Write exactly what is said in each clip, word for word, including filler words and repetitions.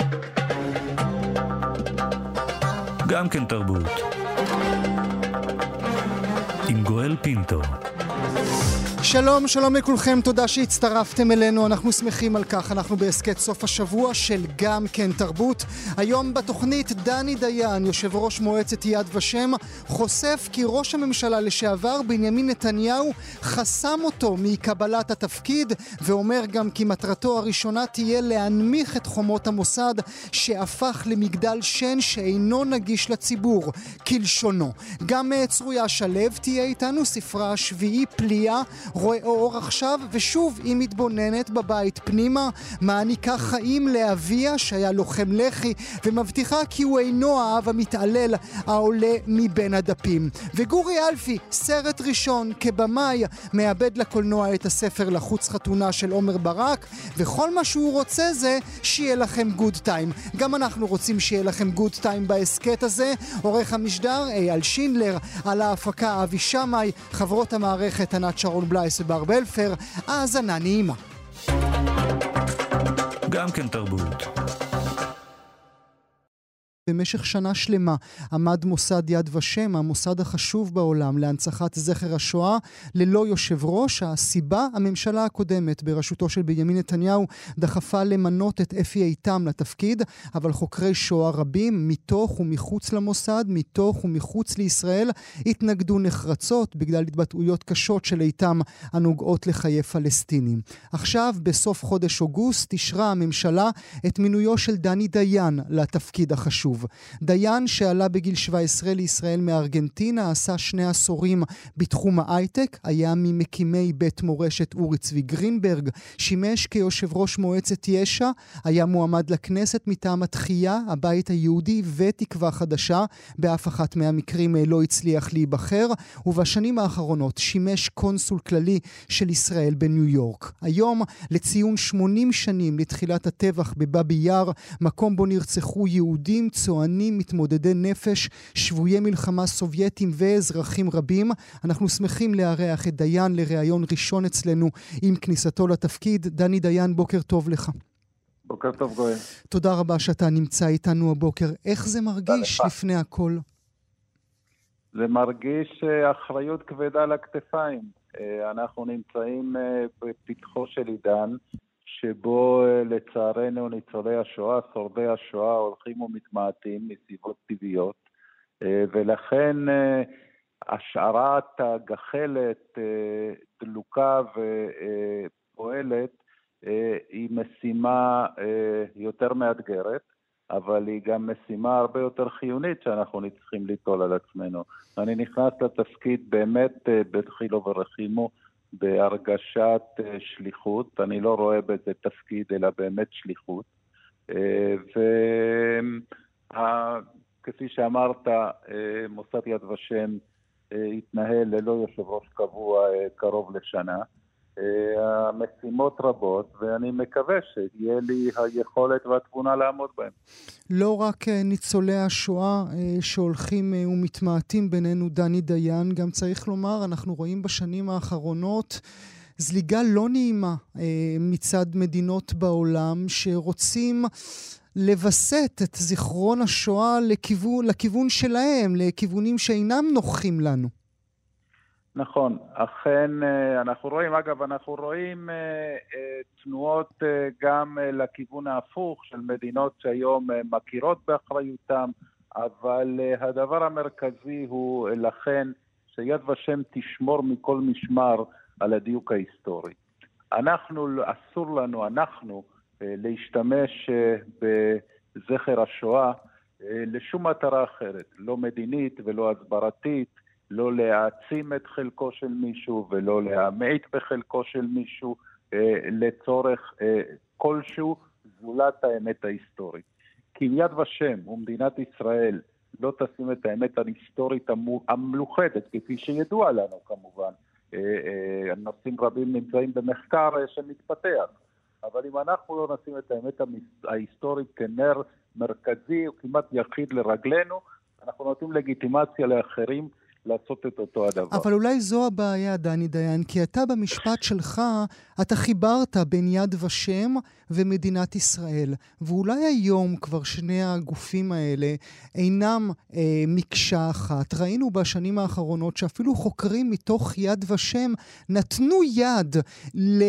גם כן תרבות. עם גואל פינטו. שלום, שלום לכולכם, תודה שהצטרפתם אלינו, אנחנו שמחים על כך, אנחנו בהסקט סוף השבוע של גם כן תרבות. היום בתוכנית דני דיין, יושב ראש מועצת יד ושם, חושף כי ראש הממשלה לשעבר בנימין נתניהו חסם אותו מקבלת התפקיד, ואומר גם כי מטרתו הראשונה תהיה להנמיך את חומות המוסד שהפך למגדל שן שאינו נגיש לציבור, כלשונו. גם צרויה שלב תהיה איתנו, ספרה השביעי פליאה, רואה אור עכשיו, ושוב היא מתבוננת בבית פנימה, מעניקה חיים לאביה שהיה לוחם לחי, ומבטיחה כי הוא אינו האב המתעלל העולה מבין הדפים. וגורי אלפי, סרט ראשון כבמאי, מאבד לקולנוע את הספר לחוץ חתונה של עומר ברק, וכל מה שהוא רוצה זה שיהיה לכם גוד טיים. גם אנחנו רוצים שיהיה לכם גוד טיים בהסקט הזה. עורך המשדר אייל שינדלר, על ההפקה אבי שמאי, חברות המערכת ענת שרון בלייס ובר בלפר. האזנה נעימה. גם כן תרבות. במשך שנה שלמה עמד מוסד יד ושם, המוסד החשוב בעולם להנצחת זכר השואה, ללא יושב ראש. הסיבה, הממשלה הקודמת בראשותו של בנימין נתניהו דחפה למנות את אפי איתם לתפקיד, אבל חוקרי שואה רבים מתוך ומחוץ למוסד, מתוך ומחוץ לישראל, התנגדו נחרצות בגלל התבטאויות קשות של איתם הנוגעות לחיי פלסטינים. עכשיו, בסוף חודש אוגוסט, אישרה הממשלה את מינויו של דני דיין לתפקיד החשוב. דיין שעלה בגיל שבע עשרה לישראל מארגנטינה, עשה שני עשורים בתחום ההייטק, היה ממקימי בית מורשת אורי צבי גרינברג, שימש כיושב ראש מועצת יש"ע, היה מועמד לכנסת מטעם התחייה, הבית היהודי ותקווה חדשה, באף אחת מהמקרים לא הצליח להיבחר, ובשנים האחרונות שימש קונסול כללי של ישראל בניו יורק. היום, לציון שמונים שנים לתחילת הטבח בבאבי יאר, מקום בו נרצחו יהודים, צוענים, מתמודדי נפש, שבויי מלחמה סובייטים ואזרחים רבים. אנחנו שמחים לארח את דיין לראיון ראשון אצלנו עם כניסתו לתפקיד. דני דיין, בוקר טוב לך. בוקר טוב גואל. תודה רבה שאתה נמצא איתנו הבוקר. איך זה מרגיש לפני הכל? זה מרגיש אחריות כבדה לכתפיים. אנחנו נמצאים בפתחו של עידן, שבו לצערנו ניצולי השואה, שורדי השואה, הולכים ומתמעטים מסיבות טבעיות, ולכן השארת הגחלת דלוקה ופועלת היא משימה יותר מאתגרת, אבל היא גם משימה הרבה יותר חיונית שאנחנו צריכים ליטול על עצמנו. אני נכנס לתפקיד באמת בתחילו ורחימו, בהרגשת שליחות. אני לא רואה בזה תפקיד אלא באמת שליחות, וכפי שאמרת, מוסד יד ושם התנהל ללא יושב ראש קבוע קרוב לשנה. המשימות רבות, ואני מקווה שיהיה לי היכולת והתבונה לעמוד בהם. לא רק ניצולי השואה שהולכים ומתמעטים בינינו, דני דיין, גם צריך לומר, אנחנו רואים בשנים האחרונות זליגה לא נעימה מצד מדינות בעולם שרוצים לבסט את זיכרון השואה לכיוון, לכיוון שלהם, לכיוונים שאינם נוחים לנו. נכון, אכן אנחנו רואים, אגב אנחנו רואים תנועות גם לכיוון ההפוך של מדינות שהיום מכירות באחריותם, אבל הדבר המרכזי הוא לכן שיד ושם תשמור מכל משמר על הדיוק ההיסטורי. אנחנו, אסור לנו, אנחנו, להשתמש בזכר השואה לשום מטרה אחרת, לא מדינית ולא הסברתית, לא להעצים את חלקו של מישהו ולא להמעיט בחלקו של מישהו אה, לצורך אה, כלשהו זולת האמת ההיסטורית. כי יד ושם ומדינת ישראל לא תשים את האמת ההיסטורית המלוכדת, כפי שידוע לנו כמובן. אה, אה, נושאים רבים נמצאים במחקר אה, שמתפתח. אבל אם אנחנו לא נשים את האמת ההיסטורית כנר מרכזי או כמעט יחיד לרגלנו, אנחנו נותנים לגיטימציה לאחרים לעשות את אותו הדבר. אבל אולי זו הבעיה, דני דיין, כי אתה במשפט שלך, אתה חיברת בין יד ושם ומדינת ישראל. ואולי היום כבר שני הגופים האלה אינם אה, מקשה אחת. ראינו בשנים האחרונות שאפילו חוקרים מתוך יד ושם נתנו יד ל...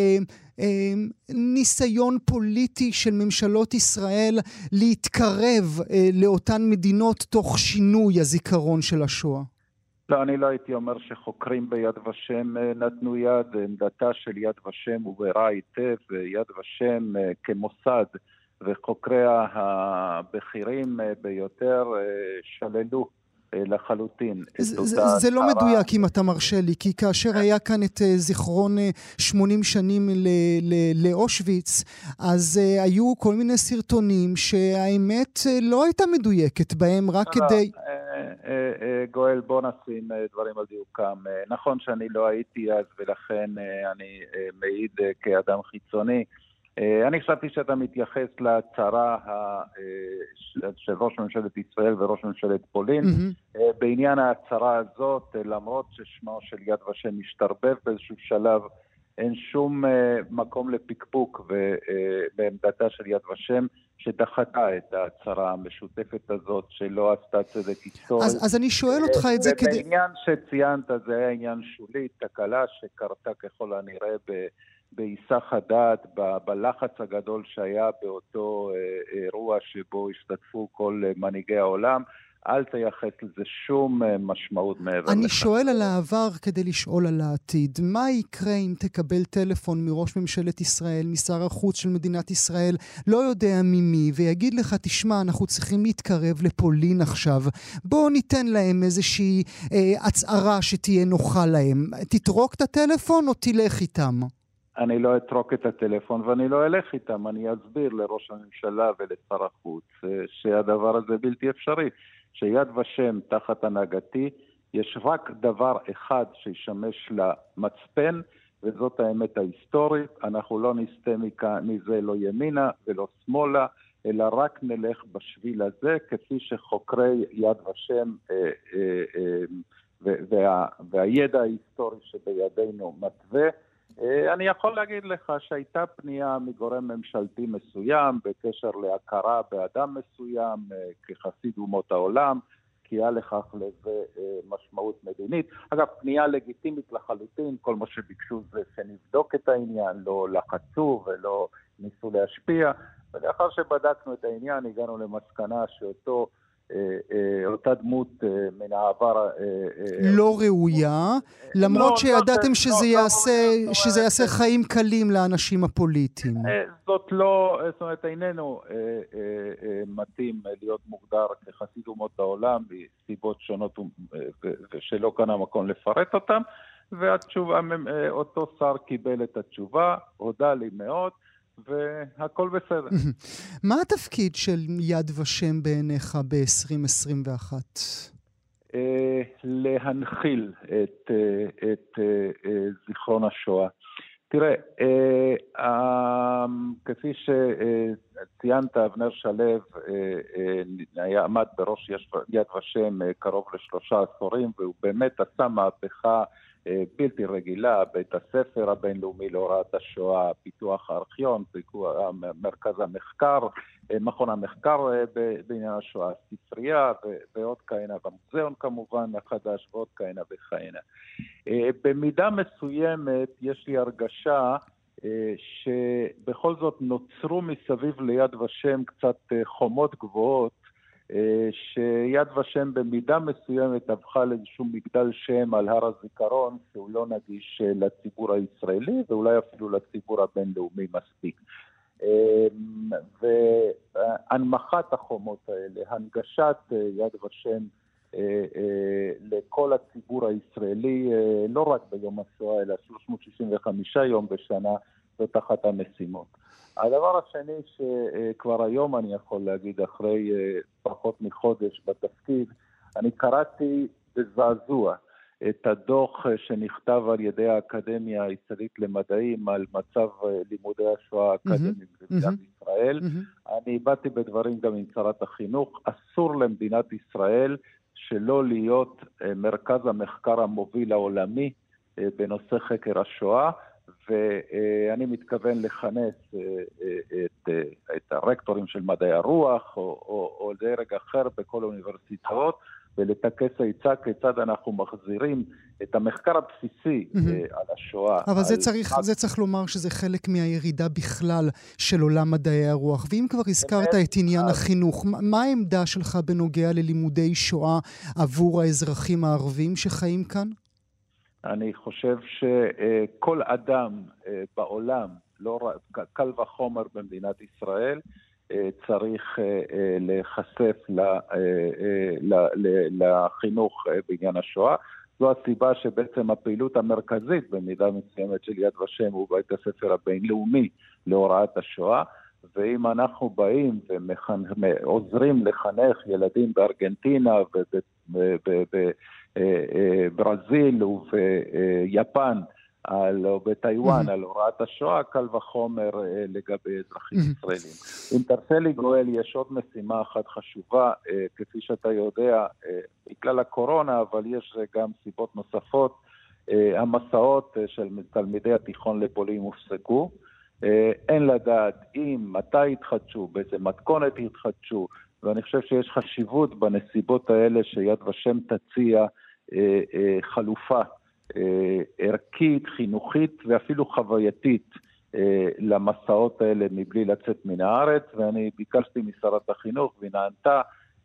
ניסיון פוליטי של ממשלות ישראל להתקרב לאותן מדינות תוך שינוי הזיכרון של השואה. לא, אני לא הייתי אומר שחוקרים ביד ושם נתנו יד. עמדתה של יד ושם הובהרה היטב. יד ושם כמוסד וחוקריה הבכירים ביותר שללו לחלוטין. זה, זה, זה לא מדויק אם אתה מרשה לי, כי כאשר היה כאן את זיכרון שמונים שנים לאושוויץ, אז היו כל מיני סרטונים שהאמת לא הייתה מדויקת בהם, רק כדי... גואל, בוא נשים דברים על דיוקם. נכון שאני לא הייתי אז, ולכן אני מעיד כאדם חיצוני. אני חשבתי שאתה מתייחס להצהרה של ראש ממשלת ישראל וראש ממשלת פולין. Mm-hmm. בעניין ההצהרה הזאת, למרות ששמו של יד ושם משתרבב באיזשהו שלב, אין שום מקום לפקפוק בעמדתה של יד ושם, שדחתה את ההצהרה המשותפת הזאת, שלא עשתה צדק היסטורי. אז, אז אני שואל אותך את זה כדי... ובעניין שציינת, זה היה עניין שולי, תקלה שקרתה ככל הנראה ב... בהיסח הדעת, ב- בלחץ הגדול שהיה באותו אה, אירוע שבו השתתפו כל אה, מנהיגי העולם. אל תייחס לזה שום אה, משמעות מעבר אני לכך. שואל על העבר כדי לשאול על העתיד. מה יקרה אם תקבל טלפון מראש ממשלת ישראל, משר החוץ של מדינת ישראל, לא יודע ממי, ויגיד לך, תשמע, אנחנו צריכים להתקרב לפולין עכשיו. בואו ניתן להם איזושהי אה, הצערה שתהיה נוחה להם. תתרוק את הטלפון או תלך איתם? אני לא אתרוק את הטלפון ואני לא אלך איתם. אני אסביר לראש הממשלה ולשר החוץ שהדבר הזה בלתי אפשרי. שיד ושם תחת הנהגתי יש רק דבר אחד שישמש למצפן, וזאת האמת ההיסטורית. אנחנו לא נסתה מזה לא ימינה ולא שמאלה, אלא רק נלך בשביל הזה, כפי שחוקרי יד ושם אה, אה, אה, וה, והידע ההיסטורי שבידינו מתווה. אני יכול להגיד לך שהייתה פנייה מגורם ממשלתי מסוים בקשר להכרה באדם מסוים כחסיד אומות העולם, כי היה לכך לזה משמעות מדינית. אגב, פנייה לגיטימית לחלוטין, כל מה שביקשו זה שנבדוק את העניין, לא לחצו ולא ניסו להשפיע, ולאחר שבדקנו את העניין הגענו למסקנה שאותו אותה דמות מן העבר לא ראויה, למרות שידעתם שזה יעשה חיים קלים לאנשים הפוליטיים. זאת לא, זאת אומרת, איננו מתאים להיות מוגדר כחסיד אומות העולם מסיבות שונות ושלא כאן המקום לפרט אותם, והתשובה, אותו שר קיבל את התשובה, הודע לי מאוד, והכל בסדר. מה התפקיד של יד ושם בעיניך ב-עשרים עשרים ואחת? להנחיל את, את זיכרון השואה. תראה, כפי שציינת, אבנר שלו היה עמד בראש יד ושם קרוב לשלושה עשורים, והוא באמת עשה מהפכה בלתי רגילה, בית הספר הבינלאומי להוראת השואה, פיתוח הארכיון, מרכז המחקר, מכון המחקר בעניין השואה, ספרייה ועוד כהנה, והמוזיאון כמובן החדש ועוד כהנה וכהנה. במידה מסוימת יש לי הרגשה שבכל זאת נוצרו מסביב ליד ושם קצת חומות גבוהות, שיד ושם במידה מסוימת הפכה לאיזשהו מגדל שם על הר הזיכרון שהוא לא נגיש לציבור הישראלי ואולי אפילו לציבור הבינלאומי מספיק. והנמחת החומות האלה, הנגשת יד ושם לכל הציבור הישראלי, לא רק ביום השואה אלא שלוש מאות שישים וחמישה יום בשנה, זה תחת המשימות. הדבר השני שכבר היום אני יכול להגיד אחרי פחות מחודש בתפקיד, אני קראתי בזעזוע את הדוח שנכתב על ידי האקדמיה הישראלית למדעים על מצב לימודי השואה האקדמיים במדינת ישראל. אני באתי בדברים גם עם שרת החינוך, אסור למדינת ישראל שלא להיות מרכז המחקר המוביל העולמי בנושא חקר השואה, ואני מתכוון לכנס את, את הרקטורים של מדעי הרוח או, או, או דרג אחר בכל האוניברסיטאות, ולתקס היצע כיצד אנחנו מחזירים את המחקר הבסיסי mm-hmm. על השואה. אבל על... זה, צריך, זה צריך לומר שזה חלק מהירידה בכלל של עולם מדעי הרוח. ואם כבר הזכרת את עניין החינוך, מה העמדה שלך בנוגע ללימודי שואה עבור האזרחים הערבים שחיים כאן? אני חושב שכל אדם בעולם, לא רק קל וחומר במדינת ישראל, צריך להיחשף לחינוך בעניין השואה. זו הסיבה שבעצם הפעילות המרכזית במידה מסוימת של יד ושם הוא בית הספר הבינלאומי להוראת השואה, ואם אנחנו באים ועוזרים לחנך ילדים בארגנטינה ובברזיל וביפן או בטיואן על הוראת השואה, קל וחומר לגבי אזרחים ישראלים. אם תרצה לי גואל, יש עוד משימה אחת חשובה, כפי שאתה יודע, בגלל הקורונה, אבל יש גם סיבות נוספות. המסעות של תלמידי התיכון לפולין הופסקו. אין לדעת אם, מתי יתחדשו, באיזה מתכונת יתחדשו, ואני חושב שיש חשיבות בנסיבות האלה שיד ושם תציע חלופה ערכית, חינוכית ואפילו חווייתית למסעות האלה מבלי לצאת מן הארץ, ואני ביקשתי משרת החינוך ונענתה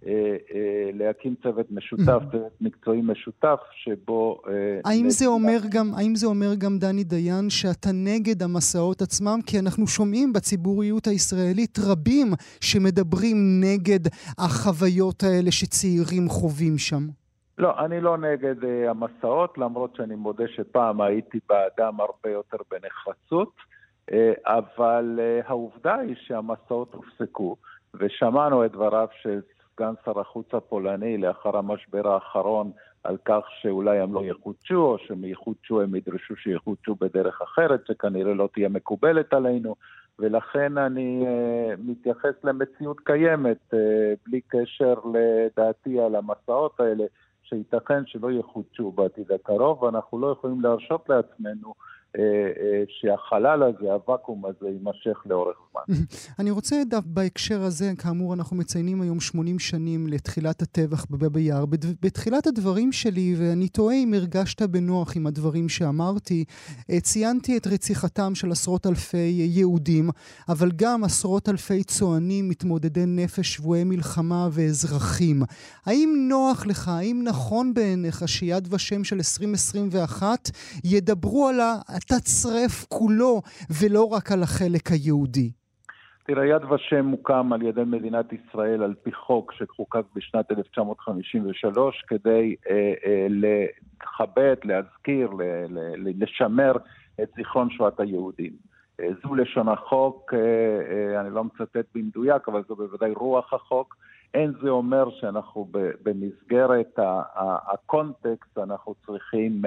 להקים צוות משותף, צוות מקצועי משותף שבו... האם זה אומר גם, האם זה אומר גם דני דיין שאתה נגד המסעות עצמם? כי אנחנו שומעים בציבוריות הישראלית רבים שמדברים נגד החוויות האלה שצעירים חווים שם. לא, אני לא נגד uh, המסעות, למרות שאני מודה שפעם הייתי באדם הרבה יותר בנחרצות, uh, אבל uh, העובדה היא שהמסעות הופסקו, ושמענו את דבריו של סגן שר החוץ הפולני לאחר המשבר האחרון, על כך שאולי הם לא יחודשו, או שהם יחודשו, הם ידרשו שיחודשו בדרך אחרת, שכנראה לא תהיה מקובלת עלינו, ולכן אני uh, מתייחס למציאות קיימת, uh, בלי קשר לדעתי על המסעות האלה, שייתכן שלא יחודשו בעתיד הקרוב, ואנחנו לא יכולים להרשות לעצמנו אה, אה, שהחלל הזה, הוואקום הזה, יימשך לאורך זמן. אני רוצה בהקשר הזה, כאמור אנחנו מציינים היום שמונים שנים לתחילת הטבח בבאבי יאר. בתחילת הדברים שלי, ואני טועה אם הרגשת בנוח עם הדברים שאמרתי, ציינתי את רציחתם של עשרות אלפי יהודים, אבל גם עשרות אלפי צוענים, מתמודדי נפש, שבויי מלחמה ואזרחים. האם נוח לך, האם נכון בעיניך שיד ושם של עשרים עשרים ואחת ידברו על התצרף כולו ולא רק על החלק היהודי? תראה, יד ושם מוקם על ידי מדינת ישראל על פי חוק שחוקק בשנת אלף תשע מאות חמישים ושלוש כדי אה, אה, לכבד, להזכיר, ל, ל, לשמר את זיכרון שואת היהודים. אה, זו לשון החוק, אה, אה, אני לא מצטט במדויק, אבל זו בוודאי רוח החוק. אין זה אומר שאנחנו במסגרת הקונטקסט אנחנו צריכים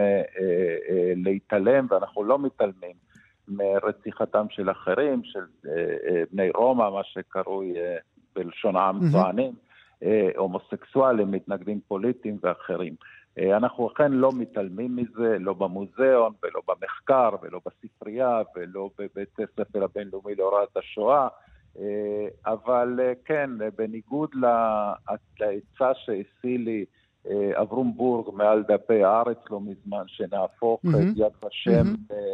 להתעלם, ואנחנו לא מתעלמים מרציחתם של אחרים, של בני רומא, מה שקרוי בלשון העם צוענים, הומוסקסואלים, מתנגדים פוליטיים ואחרים. אנחנו אכן לא מתעלמים מזה, לא במוזיאון ולא במחקר ולא בספרייה ולא בבית הספר הבינלאומי להוראת השואה, אבל כן, בניגוד להצעה שהשיא לי אברום בורג מעל דפי הארץ לא מזמן, שנהפוך את יד ושם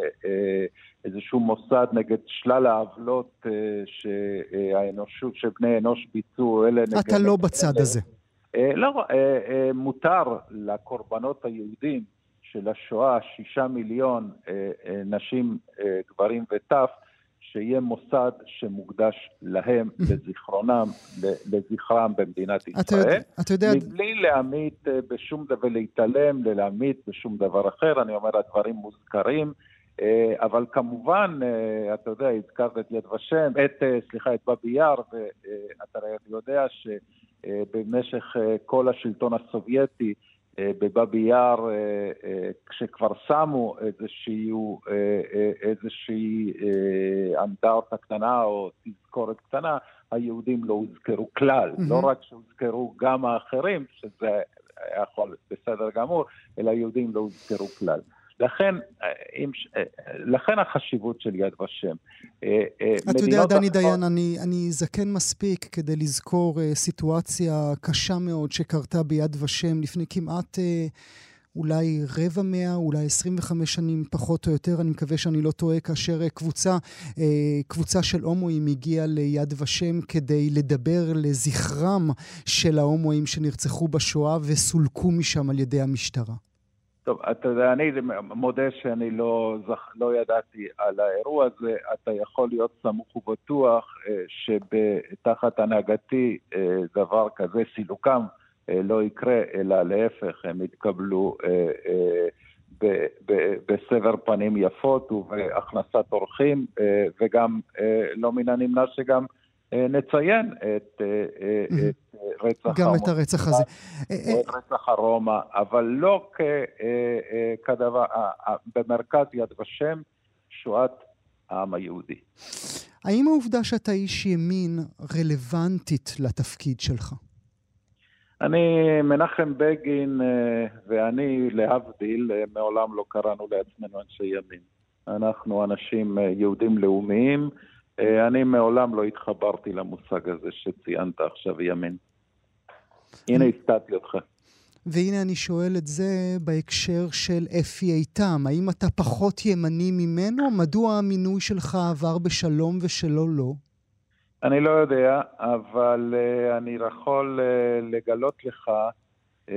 איזשהו מוסד נגד שלל העוולות שהאנושות, שבני אנוש ביצעו. אתה לא בצד הזה. לא, מותר לקורבנות היהודים של השואה, שישה מיליון נשים, גברים וטף, שיהיה מוסד שמוקדש להם, לזיכרונם, לזכרם במדינת ישראל, אתה יודע... מבלי להעמיד בשום דבר, להתעלם, להעמיד בשום דבר אחר. אני אומר, הדברים מוזכרים, אבל כמובן, אתה יודע, הזכרת את יד ושם, את, סליחה, את באבי יאר, ואתה יודע שבמשך כל השלטון הסובייטי, בבאבי יאר, כשכבר שמו איזושהי, איזושהי אנדרטה קטנה או תזכורת קטנה, היהודים לא הוזכרו כלל. לא רק שהוזכרו, גם האחרים, שזה יכול בסדר גמור, אלא יהודים לא הוזכרו כלל. לכן, לכן החשיבות של יד ושם. אתה יודע, דני דיין, אני, אני זקן מספיק כדי לזכור סיטואציה קשה מאוד שקרתה ביד ושם לפני כמעט אולי רבע מאה, אולי עשרים וחמש שנים פחות או יותר, אני מקווה שאני לא טועה, כאשר קבוצה, קבוצה של הומואים הגיעה ליד ושם כדי לדבר לזכרם של ההומואים שנרצחו בשואה וסולקו משם על ידי המשטרה. טוב, אתה יודע, אני מודה שאני לא, לא ידעתי על האירוע הזה. אתה יכול להיות סמוך ובטוח שבתחת הנהגתי דבר כזה, סילוקם, לא יקרה, אלא להפך, הם יתקבלו בסבר פנים יפות ובהכנסת אורחים, וגם לא מן הנמנע שגם נציין את רצח גם את הרצח הזה. את רצח הרומא, אבל לא כדבר, במרכז יד ושם, שואת העם היהודי. האם העובדה שאתה איש ימין רלוונטית לתפקיד שלך? אני, מנחם בגין ואני, להבדיל, מעולם לא קראנו לעצמנו אנשי ימין. אנחנו אנשים יהודים לאומיים. אני מעולם לא התחברתי למושג הזה שציינת עכשיו ימין. הנה הפתעתי אותך. והנה אני שואל את זה בהקשר של אפי איתם. האם אתה פחות ימני ממנו? מדוע המינוי שלך עבר בשלום ושלא לא? אני לא יודע, אבל uh, אני יכול uh, לגלות לך uh,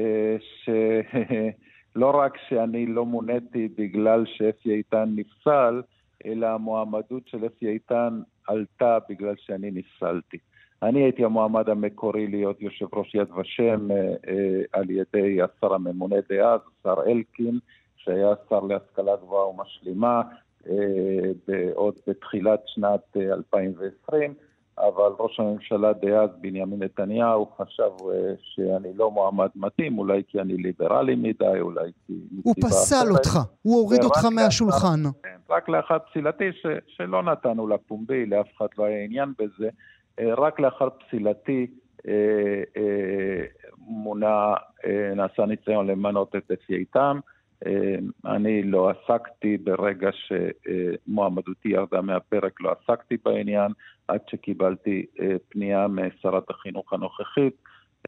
שלא רק שאני לא מוניתי בגלל שאפי איתן נפסל, אלא המועמדות של אפי איתן עלתה בגלל שאני נפסלתי. אני הייתי המועמד המקורי להיות יושב ראש יד ושם uh, uh, על ידי השר הממונה דאז, שר אלקין, שהיה שר להשכלה גבוהה ומשלימה, uh, עוד בתחילת שנת uh, אלפיים ועשרים, אבל ראש הממשלה דאז בנימין נתניהו חשב שאני לא מועמד מתאים, אולי כי אני ליברלי מדי, אולי כי... הוא פסל אותך, הוא הוריד אותך מהשולחן. רק לאחר פסילתי, שלא נתנו לפומבי, לאף אחד לא היה עניין בזה, רק לאחר פסילתי מונה, נעשה ניסיון למנות את אפי איתם. אני לא עסקתי ברגע שמועמדותי ירדה מהפרק, לא עסקתי בעניין, עד שקיבלתי פנייה משרת החינוך הנוכחית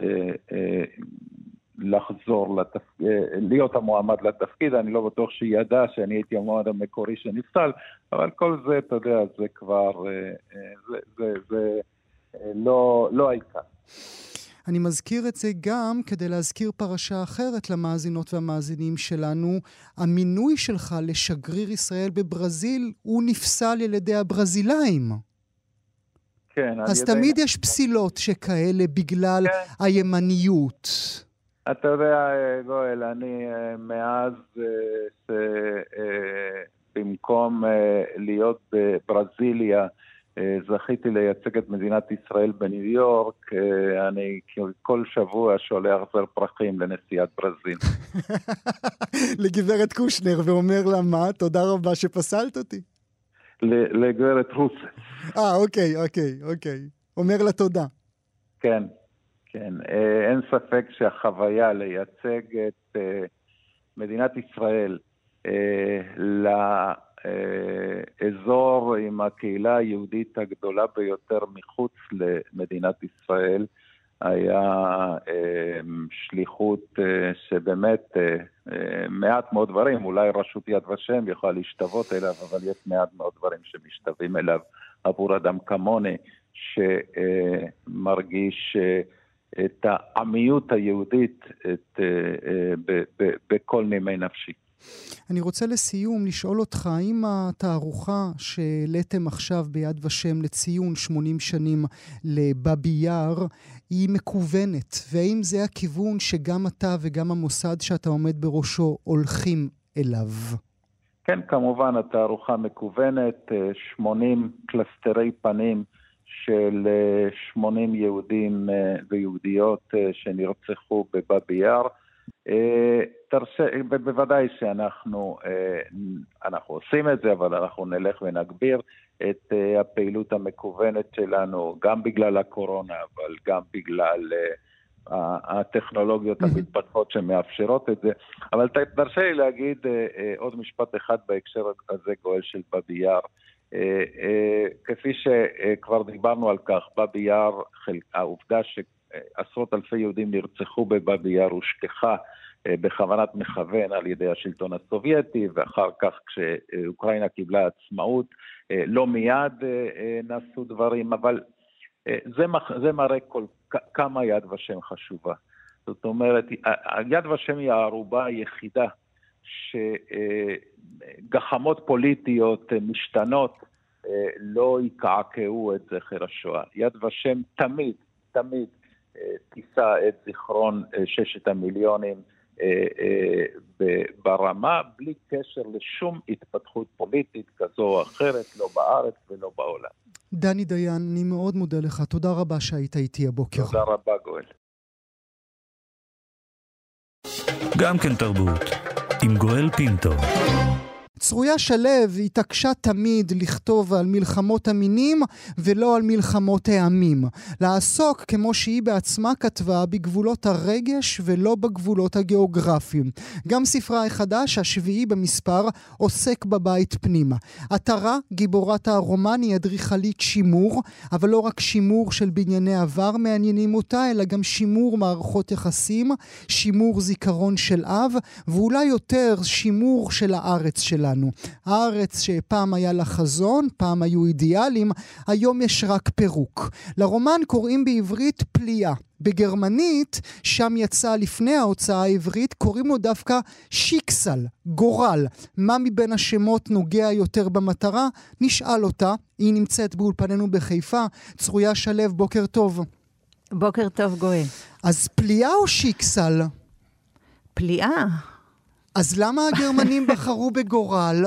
לחזור לתפקיד, להיות המועמד לתפקיד. אני לא בטוח שהיא ידעה שאני הייתי המועמד המקורי שנפסל, אבל כל זה, אתה יודע, זה כבר, זה, זה, זה לא, לא העיקר. אני מזכיר את זה גם כדי להזכיר פרשה אחרת למאזינות והמאזינים שלנו. המינוי שלך לשגריר ישראל בברזיל הוא נפסל על ידי הברזילאים. כן. אז תמיד יש פסילות שכאלה בגלל כן. הימניות. אתה יודע, גואל, אני מאז במקום להיות בברזיליה, זכיתי לייצג את מדינת ישראל בניו יורק, אני כל שבוע שולח זר פרחים לנשיאת ברזיל. לגברת קושנר, ואומר לה מה? תודה רבה שפסלת אותי. לגברת רוסס. אה, אוקיי, אוקיי, אוקיי. אומר לה תודה. כן, כן. אין ספק שהחוויה לייצג את מדינת ישראל ל... אזור עם הקהילה היהודית הגדולה ביותר מחוץ למדינת ישראל, היה שליחות שבאמת מעט מאוד דברים, אולי רשות יד ושם יכולה להשתוות אליו, אבל יש מעט מאוד דברים שמשתווים אליו עבור אדם כמוני, שמרגיש את העמיות היהודית בכל נימי נפשי. אני רוצה לסיום לשאול אותך, האם התערוכה שהעליתם עכשיו ביד ושם לציון שמונים שנים לבבי יער היא מקוונת, והאם זה הכיוון שגם אתה וגם המוסד שאתה עומד בראשו הולכים אליו? כן, כמובן התערוכה מקוונת, שמונים קלסטרי פנים של שמונים יהודים ויהודיות שנרצחו בבבי יער. תרשה, בוודאי שאנחנו אנחנו עושים את זה, אבל אנחנו נלך ונגביר את הפעילות המקוונת שלנו, גם בגלל הקורונה, אבל גם בגלל הטכנולוגיות המתפתחות שמאפשרות את זה. אבל תרשה לי להגיד עוד משפט אחד בהקשר הזה, גואל, של באבי יאר. כפי שכבר דיברנו על כך, באבי יאר, העובדה שעשרות אלפי יהודים נרצחו בבאבי יאר הושכחה בכוונת מכוון על ידי השלטון הסובייטי, ואחר כך כשאוקראינה קיבלה עצמאות, לא מיד נעשו דברים, אבל זה, זה מראה כל, כמה יד ושם חשובה. זאת אומרת, יד ושם היא הערובה היחידה שגחמות פוליטיות משתנות לא יקעקעו את זכר השואה. יד ושם תמיד, תמיד תישא את זיכרון ששת המיליונים ברמה, בלי קשר לשום התפתחות פוליטית כזו או אחרת, לא בארץ ולא בעולם. דני דיין, אני מאוד מודה לך. תודה רבה שהיית איתי הבוקר. תודה רבה, גואל. גם כן תרבות, עם גואל פינטו. צרויה שלו התעקשה תמיד לכתוב על מלחמות המינים ולא על מלחמות העמים. לעסוק, כמו שהיא בעצמה כתבה, בגבולות הרגש ולא בגבולות הגיאוגרפיים. גם ספרה החדש, השביעי במספר, עוסק בבית פנימה. עטרה, גיבורת הרומן, היא אדריכלית שימור, אבל לא רק שימור של בנייני עבר מעניינים אותה, אלא גם שימור מערכות יחסים, שימור זיכרון של אב, ואולי יותר שימור של הארץ שלנו. הארץ שפעם היה לה חזון, פעם היו אידיאלים, היום יש רק פירוק. לרומן קוראים בעברית פליאה. בגרמנית, שם יצא לפני ההוצאה העברית, קוראים לו דווקא שיקסל, גורל. מה מבין השמות נוגע יותר במטרה? נשאל אותה. היא נמצאת באולפנינו בחיפה. צרויה שלו, בוקר טוב. בוקר טוב, גואל. אז פליאה או שיקסל? פליאה. אז למה הגרמנים בחרו בגורל?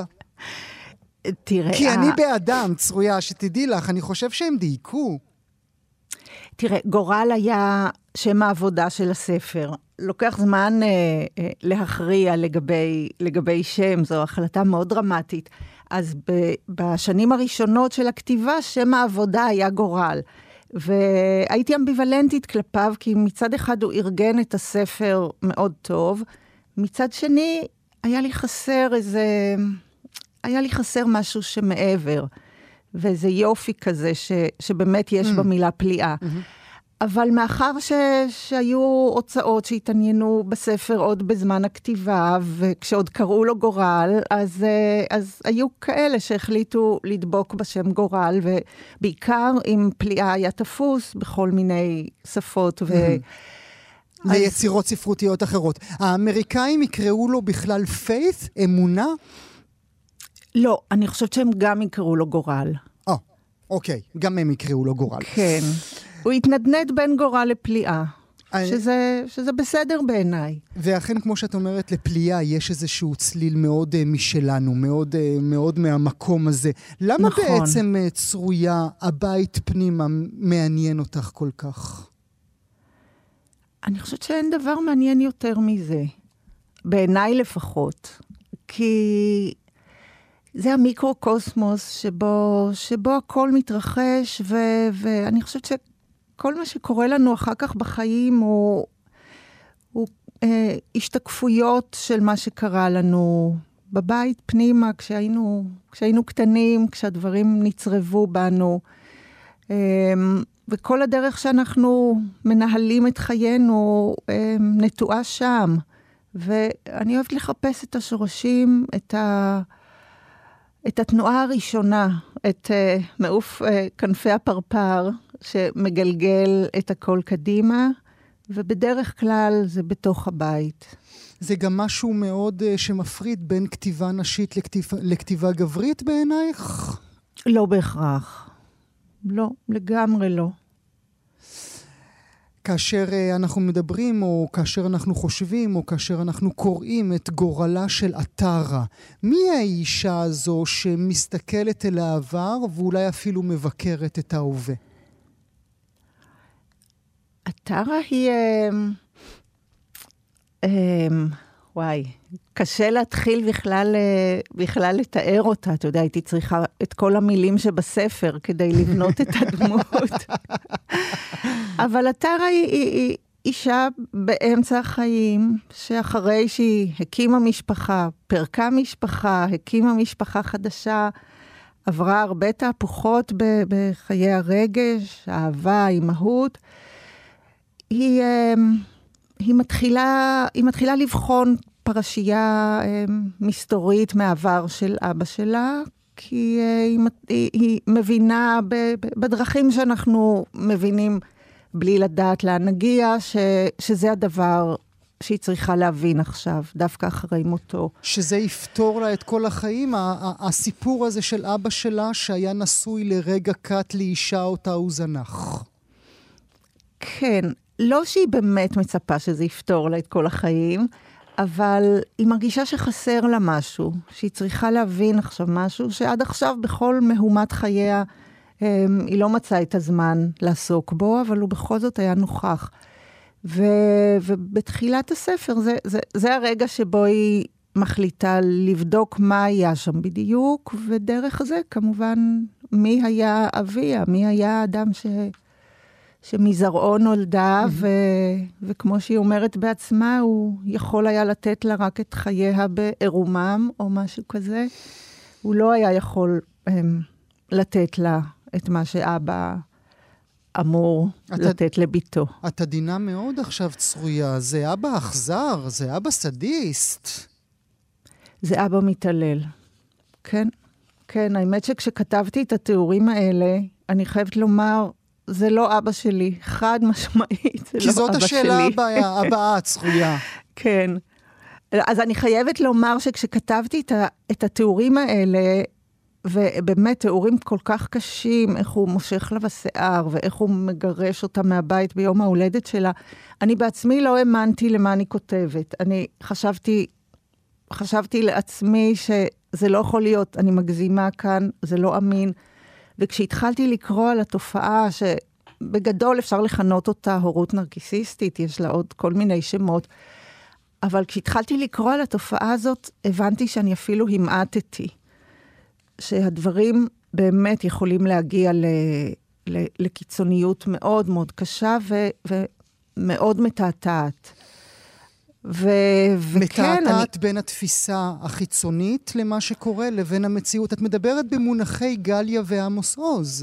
תראה... כי אני באדם, צרויה, שתדעי לך, אני חושב שהם דייקו. תראה, גורל היה שם העבודה של הספר. לוקח זמן אה, אה, להכריע לגבי, לגבי שם, זו החלטה מאוד דרמטית. אז ב, בשנים הראשונות של הכתיבה, שם העבודה היה גורל. והייתי אמביוולנטית כלפיו, כי מצד אחד הוא ארגן את הספר מאוד טוב, מצד שני, היה לי חסר איזה, היה לי חסר משהו שמעבר, ואיזה יופי כזה ש, שבאמת יש mm. במילה פליאה. Mm-hmm. אבל מאחר ש, שהיו הוצאות שהתעניינו בספר עוד בזמן הכתיבה, וכשעוד קראו לו גורל, אז, אז היו כאלה שהחליטו לדבוק בשם גורל, ובעיקר אם פליאה היה תפוס בכל מיני שפות ו... Mm-hmm. ליצירות ספרותיות אחרות. האמריקאים יקראו לו בכלל faith, אמונה? לא, אני חושבת שהם גם יקראו לו גורל. אה, אוקיי, גם הם יקראו לו גורל. כן. הוא התנדנד בין גורל לפליאה, שזה, שזה בסדר בעיניי. ואכן, כמו שאת אומרת, לפליאה יש איזשהו צליל מאוד uh, משלנו, מאוד, uh, מאוד מהמקום הזה. למה נכון. בעצם uh, צרויה, הבית פנימה, מעניין אותך כל כך? אני חושבת שאין דבר מעניין יותר מזה, בעיניי לפחות, כי זה המיקרו-קוסמוס שבו, שבו הכל מתרחש, ו, ואני חושבת שכל מה שקורה לנו אחר כך בחיים הוא, הוא אה, השתקפויות של מה שקרה לנו בבית פנימה, כשהיינו, כשהיינו קטנים, כשהדברים נצרבו בנו, אה, וכל הדרך שאנחנו מנהלים את חיינו נטועה שם. ואני אוהבת לחפש את השורשים, את, ה... את התנועה הראשונה, את uh, מעוף uh, כנפי הפרפר, שמגלגל את הכל קדימה, ובדרך כלל זה בתוך הבית. זה גם משהו מאוד uh, שמפריד בין כתיבה נשית לכתיב... לכתיבה גברית בעינייך? לא בהכרח. לא, לגמרי לא. כאשר אנחנו מדברים, או כאשר אנחנו חושבים, או כאשר אנחנו קוראים את גורלה של עטרה, מי האישה הזו שמסתכלת אל העבר, ואולי אפילו מבקרת את ההווה? עטרה היא... וואי, קשה להתחיל בכלל, בכלל לתאר אותה. אתה יודע, הייתי צריכה את כל המילים שבספר כדי לבנות את הדמות. אבל עטרה היא, היא, אישה באמצע החיים, שאחרי שהיא הקימה משפחה, פרקה משפחה, הקימה משפחה חדשה, עברה הרבה תהפוכות בחיי הרגש, האהבה, האימהות, היא, היא, מתחילה, היא מתחילה לבחון פרשייה מסתורית מהעבר של אבא שלה, כי היא, היא, היא מבינה בדרכים שאנחנו מבינים בלי לדעת לאן נגיע, ש, שזה הדבר שהיא צריכה להבין עכשיו, דווקא אחרי מותו. שזה יפתור לה את כל החיים, הסיפור הזה של אבא שלה, שהיה נשוי לרגע קט לאישה אותה הוא זנח. כן, לא שהיא באמת מצפה שזה יפתור לה את כל החיים, אבל היא מרגישה שחסר לה משהו, שהיא צריכה להבין עכשיו משהו, שעד עכשיו בכל מהומת חייה, היא לא מצאה את הזמן לעסוק בו, אבל הוא בכל זאת היה נוכח. ו, ובתחילת הספר, זה, זה, זה הרגע שבו היא מחליטה לבדוק מה היה שם בדיוק, ודרך זה כמובן מי היה אביה, מי היה האדם ש, שמזרעו נולדה, ו, וכמו שהיא אומרת בעצמה, הוא יכול היה לתת לה רק את חייה בעירומם, או משהו כזה. הוא לא היה יכול הם, לתת לה את מה שאבא אמור אתה, לתת לביתו. את עדינה מאוד עכשיו צרויה. זה אבא אכזר, זה אבא סדיסט. זה אבא מתעלל. כן, כן. האמת שכשכתבתי את התיאורים האלה, אני חייבת לומר, זה לא אבא שלי. חד משמעית, זה לא אבא שלי. כי זאת השאלה הבאה, הבאה הצרויה. כן. אז אני חייבת לומר שכשכתבתי את, ה, את התיאורים האלה, ובאמת תיאורים כל כך קשים, איך הוא מושך לה בשיער, ואיך הוא מגרש אותה מהבית ביום ההולדת שלה, אני בעצמי לא האמנתי למה אני כותבת. אני חשבתי, חשבתי לעצמי שזה לא יכול להיות, אני מגזימה כאן, זה לא אמין. וכשהתחלתי לקרוא על התופעה, שבגדול אפשר לכנות אותה הורות נרקיסיסטית, יש לה עוד כל מיני שמות, אבל כשהתחלתי לקרוא על התופעה הזאת, הבנתי שאני אפילו המעטתי. שהדברים באמת יכולים להגיע ל, ל, לקיצוניות מאוד מאוד קשה ו, ומאוד מתעתעת. ו, וכן, מתעתעת אני... בין התפיסה החיצונית למה שקורה לבין המציאות. את מדברת במונחי גליה ועמוס עוז.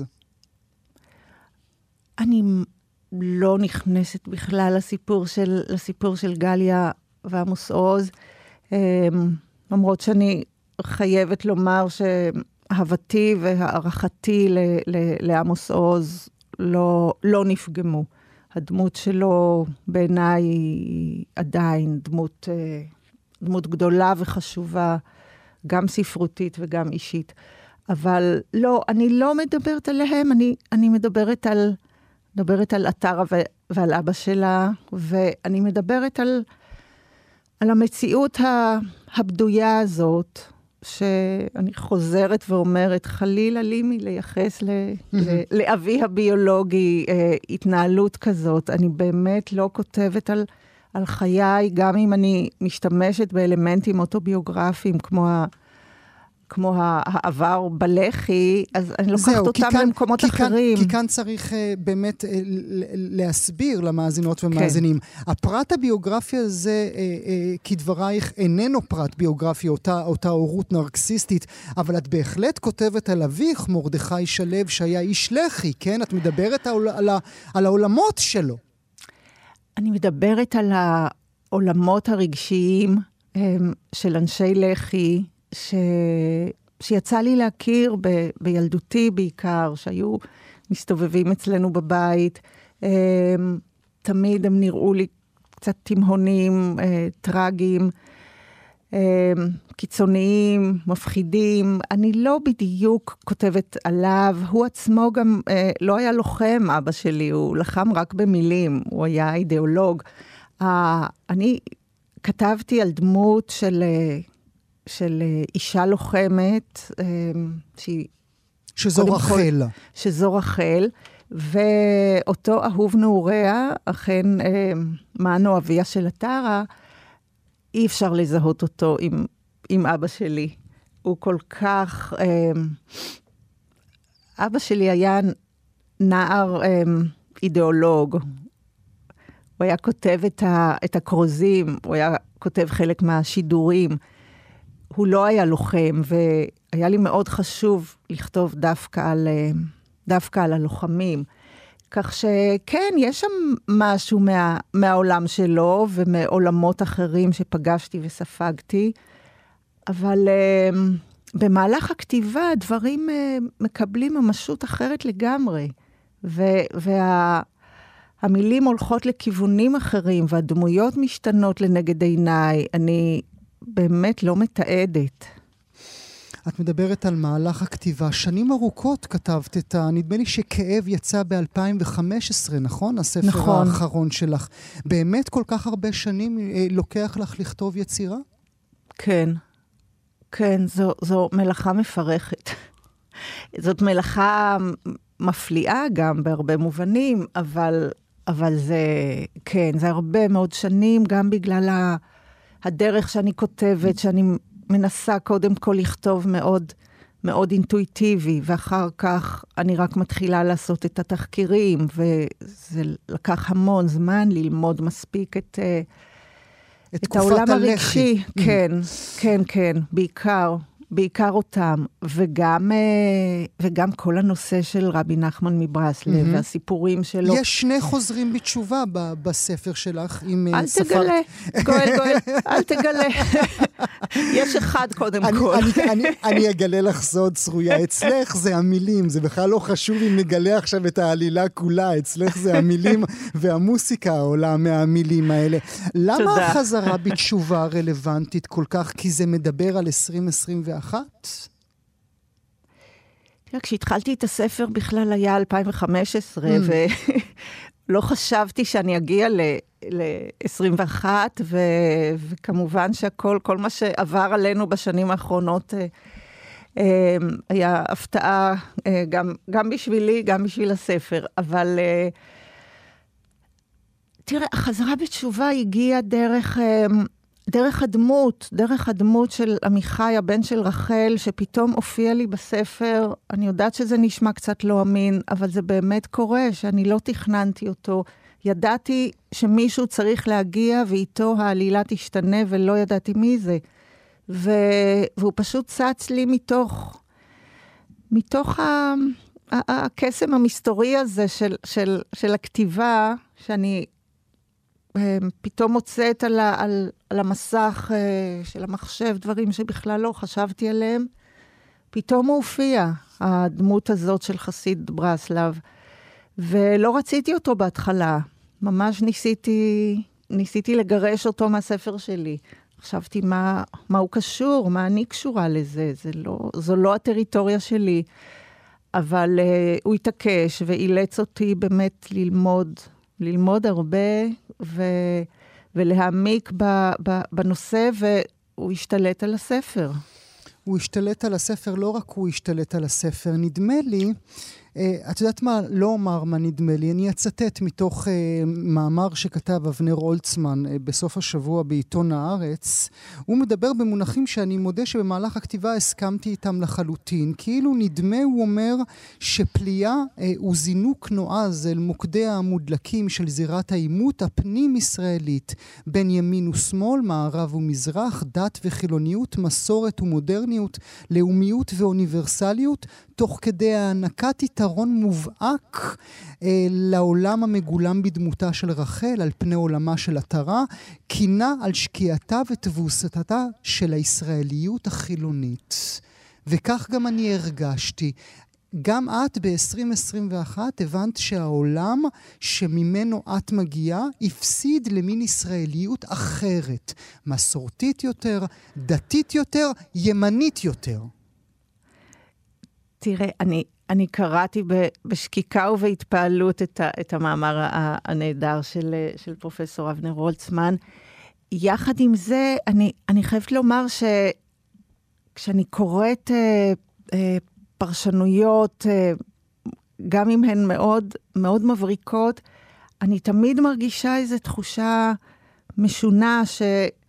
אני לא נכנסת בכלל לסיפור של, לסיפור של גליה ועמוס עוז, למרות שאני חייבת לומר שאהבתי והערכתי לעמוס עוז לא, לא נפגמו. הדמות שלו בעיניי היא עדיין דמות, דמות גדולה וחשובה, גם ספרותית וגם אישית. אבל לא, אני לא מדברת עליהם, אני, אני מדברת על, מדברת על אתרה ו, ועל אבא שלה, ואני מדברת על, על המציאות הבדויה הזאת, שאני חוזרת ואומרת, חלילה לי מלייחס ל, ל, לאבי הביולוגי אה, התנהלות כזאת. אני באמת לא כותבת על, על חיי, גם אם אני משתמשת באלמנטים אוטוביוגרפיים, כמו ה... כמו העבר בלחי, אז אני לוקחת זהו, אותם כאן, למקומות כי אחרים. כאן, כי כאן צריך uh, באמת uh, להסביר למאזינות ומאזינים. כן. הפרט הביוגרפי הזה, uh, uh, כדברייך, איננו פרט ביוגרפי, אותה, אותה הורות נרקסיסטית, אבל את בהחלט כותבת על אביך, מרדכי שלו, שהיה איש לחי, כן? את מדברת על, על, על העולמות שלו. אני מדברת על העולמות הרגשיים um, של אנשי לחי, ש... שיצא לי להכיר ב... בילדותי בעיקר, שהיו מסתובבים אצלנו בבית. תמיד הם נראו לי קצת תימהונים, טרגיים, קיצוניים, מפחידים. אני לא בדיוק כותבת עליו. הוא עצמו גם לא היה לוחם, אבא שלי, הוא לחם רק במילים, הוא היה אידיאולוג. אני כתבתי על דמות של... של אישה לוחמת, שהיא... שזו רחל. שזו רחל, ואותו אהוב נעוריה, אכן מנו אביה של אתרה, אי אפשר לזהות אותו עם, עם אבא שלי. הוא כל כך... אבא שלי היה נער אידיאולוג. הוא היה כותב את, ה, את הקרוזים, הוא היה כותב חלק מהשידורים. הוא לא היה לוחם, והיה לי מאוד חשוב לכתוב דווקא על, דווקא על הלוחמים. כך שכן, יש שם משהו מה, מהעולם שלו, ומעולמות אחרים שפגשתי וספגתי, אבל uh, במהלך הכתיבה הדברים uh, מקבלים ממשות אחרת לגמרי, והמילים וה, הולכות לכיוונים אחרים, והדמויות משתנות לנגד עיניי, אני באמת לא מתעדת. את מדברת על מהלך הכתיבה. שנים ארוכות כתבת את ה... נדמה לי שכאב יצא ב-אלפיים וחמש עשרה, נכון? הספר נכון. האחרון שלך. באמת כל כך הרבה שנים אה, לוקח לך לכתוב יצירה? כן. כן, זו, זו מלאכה מפרכת. זאת מלאכה מפליאה גם בהרבה מובנים, אבל, אבל זה, כן, זה הרבה מאוד שנים, גם בגלל ה, הדרך שאני כותבת, שאני מנסה קודם כל לכתוב מאוד, מאוד אינטואיטיבי, ואחר כך אני רק מתחילה לעשות את התחקירים, וזה לקח המון זמן ללמוד מספיק את, את, את העולם הרגשי. כן, כן, כן, בעיקר, בעיקר אותם, וגם, וגם כל הנושא של רבי נחמן מברסלב, והסיפורים שלו. יש שני חוזרים בתשובה בספר שלך, עם אל תגלה, גואל, גואל, אל תגלה. יש אחד קודם כל. אני אגלה לך סוד צרויה. אצלך זה המילים, זה בכלל לא חשוב אם נגלה עכשיו את העלילה כולה. אצלך זה המילים והמוסיקה העולה מהמילים האלה. למה החזרה בתשובה רלוונטית כל כך? כי זה מדבר על עשרים עשרים ואחת? תראה, כשהתחלתי את הספר בכלל היה אלפיים וחמש עשרה, ולא חשבתי שאני אגיע ל-עשרים ואחת, וכמובן שהכל, כל מה שעבר עלינו בשנים האחרונות, היה הפתעה גם, גם בשבילי, גם בשביל הספר. אבל תראה, החזרה בתשובה הגיעה דרך... דרך הדמות, דרך הדמות של עמיחי, הבן של רחל, שפתאום הופיע לי בספר. אני יודעת שזה נשמע קצת לא אמין, אבל זה באמת קורה, שאני לא תכננתי אותו. ידעתי שמישהו צריך להגיע, ואיתו העלילה תשתנה, ולא ידעתי מי זה. ו... והוא פשוט צץ לי מתוך, מתוך ה... הקסם המסתורי הזה של, של, של הכתיבה, שאני... פתאום מוצאת על, על, על המסך של המחשב דברים שבכלל לא חשבתי עליהם. פתאום הוא הופיע, הדמות הזאת של חסיד ברסלב, ולא רציתי אותו בהתחלה. ממש ניסיתי, ניסיתי לגרש אותו מהספר שלי. חשבתי מה, מה הוא קשור, מה אני קשורה לזה, זה לא, זו לא הטריטוריה שלי. אבל uh, הוא התעקש ואילץ אותי באמת ללמוד, ללמוד הרבה, ו... ולהעמיק ב... ב... בנושא, והוא השתלט על הספר. הוא השתלט על הספר, לא רק הוא השתלט על הספר, נדמה לי, את יודעת מה, לא אומר מה נדמה לי, אני אצטט מתוך uh, מאמר שכתב אבנר הולצמן uh, בסוף השבוע בעיתון הארץ. הוא מדבר במונחים שאני מודה שבמהלך הכתיבה הסכמתי איתם לחלוטין. כאילו נדמה, הוא אומר, שפליאה uh, הוא זינוק נועז אל מוקדי המודלקים של זירת העימות הפנים-ישראלית, בין ימין ושמאל, מערב ומזרח, דת וחילוניות, מסורת ומודרניות, לאומיות ואוניברסליות, תוך כדי הענקת יתרון מובהק אה, לעולם המגולם בדמותה של רחל על פני עולמה של התרה, קינה על שקיעתה ותבוסתה של הישראליות החילונית. וכך גם אני הרגשתי. גם את ב-עשרים עשרים ואחת הבנת שהעולם שממנו את מגיעה הפסיד למין ישראליות אחרת, מסורתית יותר, דתית יותר, ימנית יותר. תראה, אני, אני קראתי בשקיקה ובהתפעלות את, ה, את המאמר הנהדר של, של פרופסור אבנר הולצמן. יחד עם זה, אני, אני חייבת לומר שכשאני קוראת אה, אה, פרשנויות, אה, גם אם הן מאוד, מאוד מבריקות, אני תמיד מרגישה איזו תחושה משונה ש...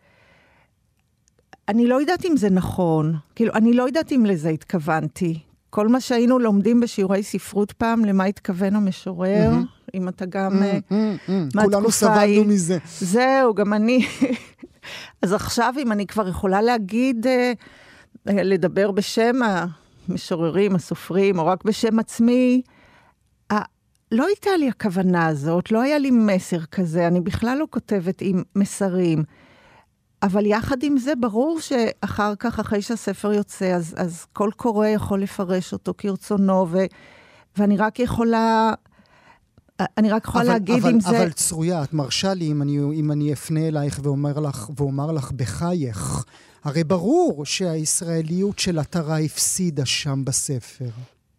אני לא יודעת אם זה נכון, כאילו, אני לא יודעת אם לזה התכוונתי. כל מה שהיינו לומדים בשיעורי ספרות פעם, למה התכוון המשורר, mm-hmm. אם אתה גם mm, mm, mm. כולנו סבלנו מזה. זהו, גם אני. אז עכשיו, אם אני כבר יכולה להגיד, לדבר בשם המשוררים, הסופרים, או רק בשם עצמי, לא הייתה לי הכוונה הזאת, לא היה לי מסר כזה, אני בכלל לא כותבת עם מסרים. אבל יחד עם זה, ברור שאחר כך, אחרי שהספר יוצא, אז, אז כל קורא יכול לפרש אותו כרצונו, ו, ואני רק יכולה, אני רק יכולה אבל, להגיד אבל, אם זה... אבל צרויה, את מרשה לי, אם אני, אם אני אפנה אלייך ואומר לך, ואומר לך בחייך, הרי ברור שהישראליות של התרה הפסידה שם בספר.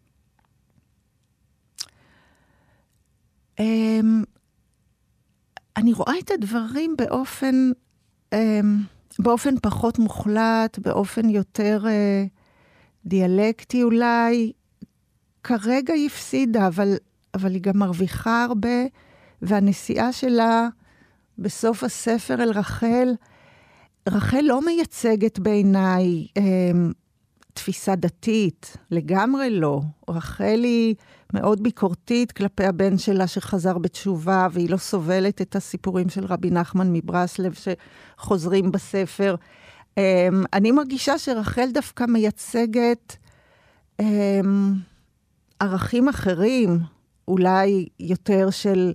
אני רואה את הדברים באופן... באופן פחות מוחלט, באופן יותר דיאלקטי אולי. כרגע היא הפסידה, אבל, אבל היא גם מרוויחה הרבה, והנסיעה שלה בסוף הספר אל רחל, רחל לא מייצגת בעיניי תפיסה דתית, לגמרי לא. רחל היא מאוד ביקורתית כלפי הבן שלה שחזר בתשובה, והיא לא סובלת את הסיפורים של רבי נחמן מברסלב שחוזרים בספר. אני מרגישה שרחל דווקא מייצגת ערכים אחרים, אולי יותר של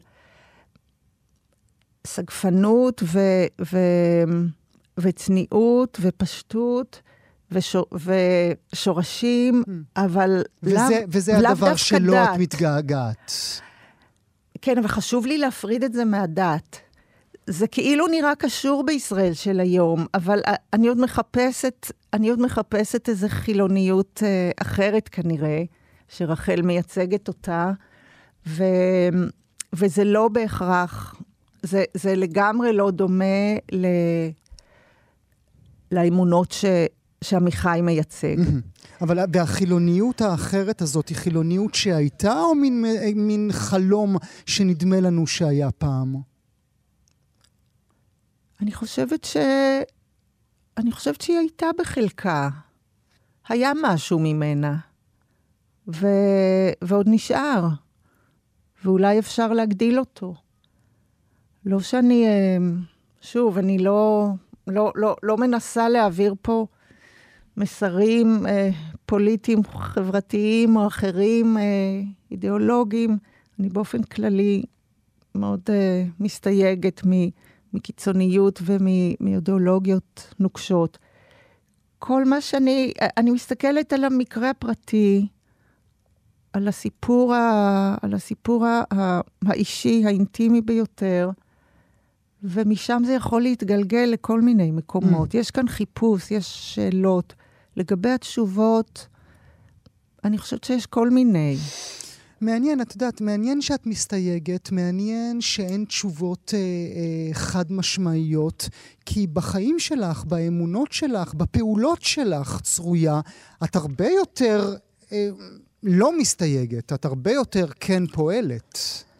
סגפנות ו... ו... וצניעות ופשטות, ושור, ושורשים, אבל וזה, לאו, וזה לאו הדבר דווקא שלא דת. את מתגעגעת. כן, אבל חשוב לי להפריד את זה מהדת. זה כאילו נראה קשור בישראל של היום, אבל אני עוד מחפשת, אני עוד מחפשת איזו חילוניות אה, אחרת כנראה, שרחל מייצגת אותה, ו, וזה לא בהכרח, זה, זה לגמרי לא דומה ל, לאמונות ש... שעמיחי מייצג. אבל והחילוניות האחרת הזאת היא חילוניות שהייתה, או מין, מין חלום שנדמה לנו שהיה פעם? אני חושבת ש... אני חושבת שהיא הייתה בחלקה. היה משהו ממנה. ו... ועוד נשאר. ואולי אפשר להגדיל אותו. לא שאני... שוב, אני לא... לא, לא, לא מנסה להעביר פה מסרים אה, פוליטיים, חברתיים או אחרים, אה, אידיאולוגיים. אני באופן כללי מאוד אה, מסתייגת מקיצוניות ומאידיאולוגיות נוקשות. כל מה שאני, אני מסתכלת על המקרה הפרטי, על הסיפור, ה, על הסיפור ה, האישי, האינטימי ביותר, ומשם זה יכול להתגלגל לכל מיני מקומות. Mm. יש כאן חיפוש, יש שאלות. לגבי התשובות, אני חושבת שיש כל מיני. מעניין, את יודעת, מעניין שאת מסתייגת, מעניין שאין תשובות אה, אה, חד משמעיות, כי בחיים שלך, באמונות שלך, בפעולות שלך, צרויה, את הרבה יותר אה, לא מסתייגת, את הרבה יותר כן פועלת.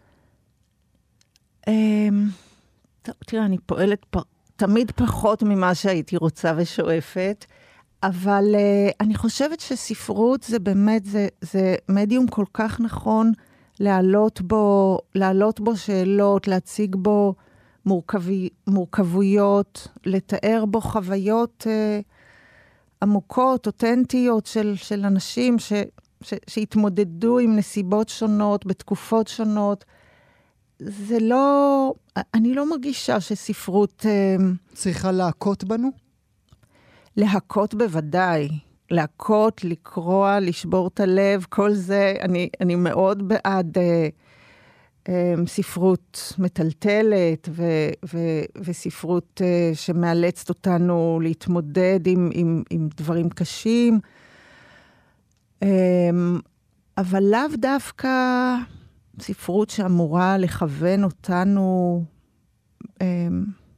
אה... תראה, אני פועלת פ... תמיד פחות ממה שהייתי רוצה ושואפת, אבל uh, אני חושבת שספרות זה באמת, זה, זה מדיום כל כך נכון להעלות בו, להעלות בו שאלות, להציג בו מורכבי, מורכבויות, לתאר בו חוויות uh, עמוקות, אותנטיות של, של אנשים ש, ש, שהתמודדו עם נסיבות שונות, בתקופות שונות. זה לא, אני לא מרגישה שספרות... צריכה להכות בנו? להכות בוודאי. להכות, לקרוע, לשבור את הלב, כל זה, אני, אני מאוד בעד אה, אה, ספרות מטלטלת, ו, ו, וספרות אה, שמאלצת אותנו להתמודד עם, עם, עם דברים קשים. אה, אבל לאו דווקא... ספרות שאמורה לכוון אותנו אה,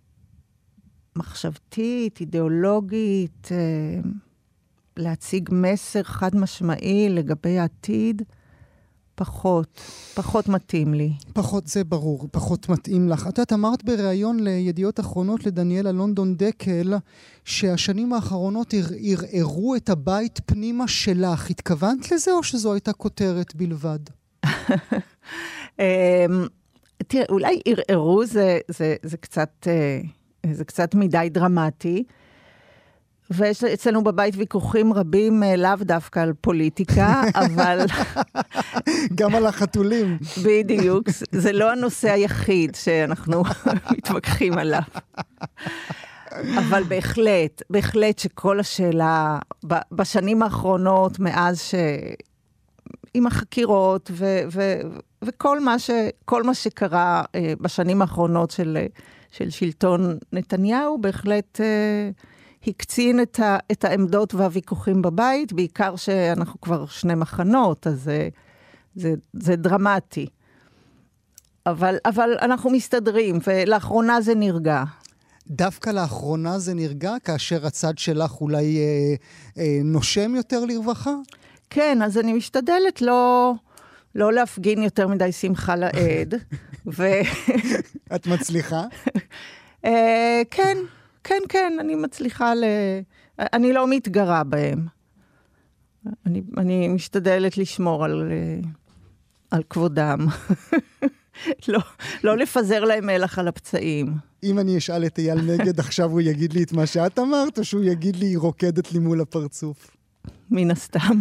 מחשבתית, אידיאולוגית, אה, להציג מסר חד משמעי לגבי העתיד, פחות, פחות מתאים לי. פחות, זה ברור, פחות מתאים לך. את יודעת, אמרת בריאיון לידיעות אחרונות לדניאלה לונדון דקל, שהשנים האחרונות ערערו את הבית פנימה שלך. התכוונת לזה או שזו הייתה כותרת בלבד? תראה, אולי ערערו זה, זה, זה קצת, זה קצת מדי דרמטי, ויש אצלנו בבית ויכוחים רבים, לאו דווקא על פוליטיקה, אבל... גם על החתולים. בדיוק, זה לא הנושא היחיד שאנחנו מתווכחים עליו. אבל בהחלט, בהחלט שכל השאלה, בשנים האחרונות, מאז ש... עם החקירות ו- ו- וכל מה ש- כל מה שקרה אה, בשנים האחרונות של, של שלטון נתניהו, בהחלט אה, הקצין את, ה- את העמדות והוויכוחים בבית, בעיקר שאנחנו כבר שני מחנות, אז זה, זה, זה דרמטי. אבל, אבל אנחנו מסתדרים, ולאחרונה זה נרגע. דווקא לאחרונה זה נרגע, כאשר הצד שלך אולי אה, אה, נושם יותר לרווחה? כן, אז אני משתדלת לא, לא להפגין יותר מדי שמחה לעד. ו... את מצליחה? כן, כן, כן, אני מצליחה ל... אני לא מתגרה בהם. אני, אני משתדלת לשמור על, על כבודם. לא, לא לפזר להם מלח על הפצעים. אם אני אשאל את אייל נגד, עכשיו הוא יגיד לי את מה שאת אמרת, או שהוא יגיד לי, היא רוקדת לי מול הפרצוף? מן הסתם.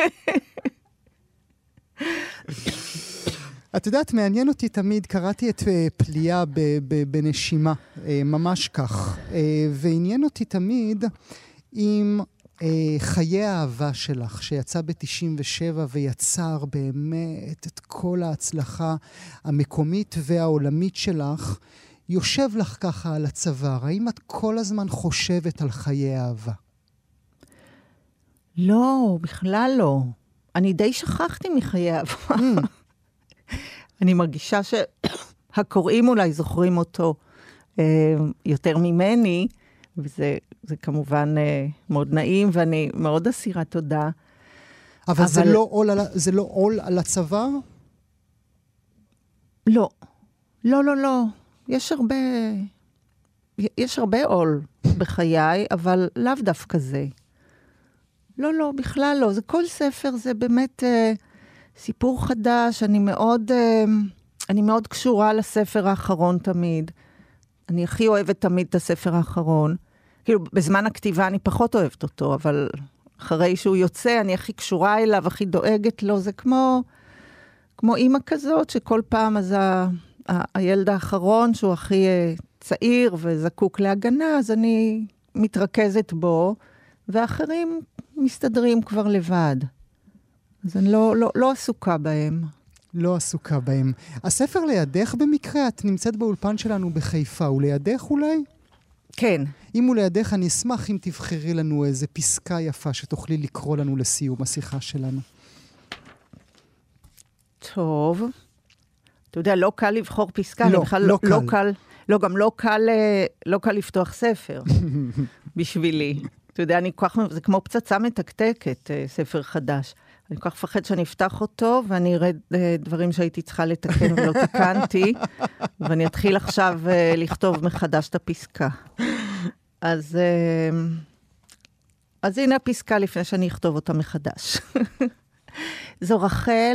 את יודעת, מעניין אותי תמיד, קראתי את פליאה בנשימה, ממש כך, ועניין אותי תמיד עם חיי האהבה שלך, שיצא ב-תשעים ושבע ויצר באמת את כל ההצלחה המקומית והעולמית שלך, יושב לך ככה על הצוואר. האם את כל הזמן חושבת על חיי האהבה? לא, בכלל לא. אני די שכחתי מחיי אהבה. Mm. אני מרגישה שהקוראים אולי זוכרים אותו אה, יותר ממני, וזה זה כמובן אה, מאוד נעים, ואני מאוד אסירה תודה. אבל, אבל... זה, לא עול על, זה לא עול על הצוואר? לא. לא, לא, לא. יש הרבה... יש הרבה עול בחיי, אבל לאו דווקא זה. לא, לא, בכלל לא. זה כל ספר, זה באמת אה, סיפור חדש. אני מאוד, אה, אני מאוד קשורה לספר האחרון תמיד. אני הכי אוהבת תמיד את הספר האחרון. כאילו, בזמן הכתיבה אני פחות אוהבת אותו, אבל אחרי שהוא יוצא, אני הכי קשורה אליו, הכי דואגת לו. זה כמו, כמו אימא כזאת, שכל פעם אז ה, ה, הילד האחרון, שהוא הכי אה, צעיר וזקוק להגנה, אז אני מתרכזת בו, ואחרים מסתדרים כבר לבד. אז אני לא, לא, לא עסוקה בהם. לא עסוקה בהם. הספר לידך במקרה, את נמצאת באולפן שלנו בחיפה, הוא לידך אולי? כן. אם הוא לידך, אני אשמח אם תבחרי לנו איזה פסקה יפה שתוכלי לקרוא לנו לסיום השיחה שלנו. טוב. אתה יודע, לא קל לבחור פסקה. לא, בכלל, לא, לא, קל. לא קל. לא, גם לא קל, לא קל לפתוח ספר בשבילי. אתה יודע, אני כל כך, זה כמו פצצה מתקתקת, ספר חדש. אני כל כך מפחד שאני אפתח אותו, ואני אראה דברים שהייתי צריכה לתקן ולא תקנתי, ואני אתחיל עכשיו לכתוב מחדש את הפסקה. אז, אז הנה הפסקה לפני שאני אכתוב אותה מחדש. זו רחל,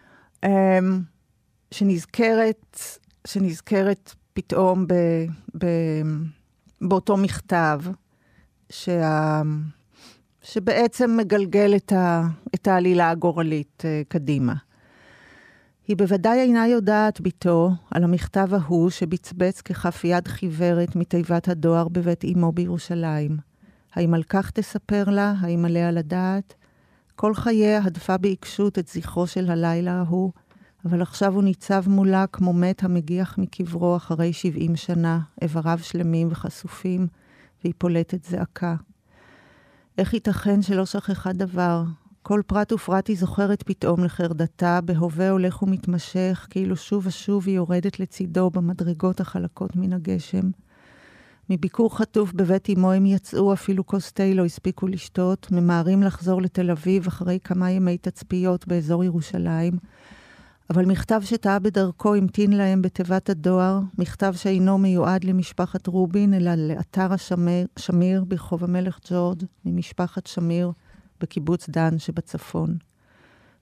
שנזכרת, שנזכרת פתאום ב, ב, באותו מכתב, שה... שבעצם מגלגל את, ה... את העלילה הגורלית uh, קדימה. היא בוודאי אינה יודעת ביתו על המכתב ההוא שבצבץ ככף יד חיוורת מתיבת הדואר בבית אמו בירושלים. האם על כך תספר לה? האם עליה לדעת? כל חייה הדפה בעיקשות את זכרו של הלילה ההוא, אבל עכשיו הוא ניצב מולה כמו מת המגיח מקברו אחרי שבעים שנה, איבריו שלמים וחשופים, והיא פולטת זעקה. איך ייתכן שלא שכחה דבר? כל פרט ופרט היא זוכרת פתאום לחרדתה, בהווה הולך ומתמשך, כאילו שוב ושוב היא יורדת לצידו במדרגות החלקות מן הגשם. מביקור חטוף בבית אמו הם יצאו, אפילו כוס תה לא הספיקו לשתות, ממהרים לחזור לתל אביב אחרי כמה ימי תצפיות באזור ירושלים, אבל מכתב שטעה בדרכו המתין להם בתיבת הדואר, מכתב שאינו מיועד למשפחת רובין, אלא לאתר השמיר, שמיר ברחוב המלך ג'ורג' ממשפחת שמיר בקיבוץ דן שבצפון.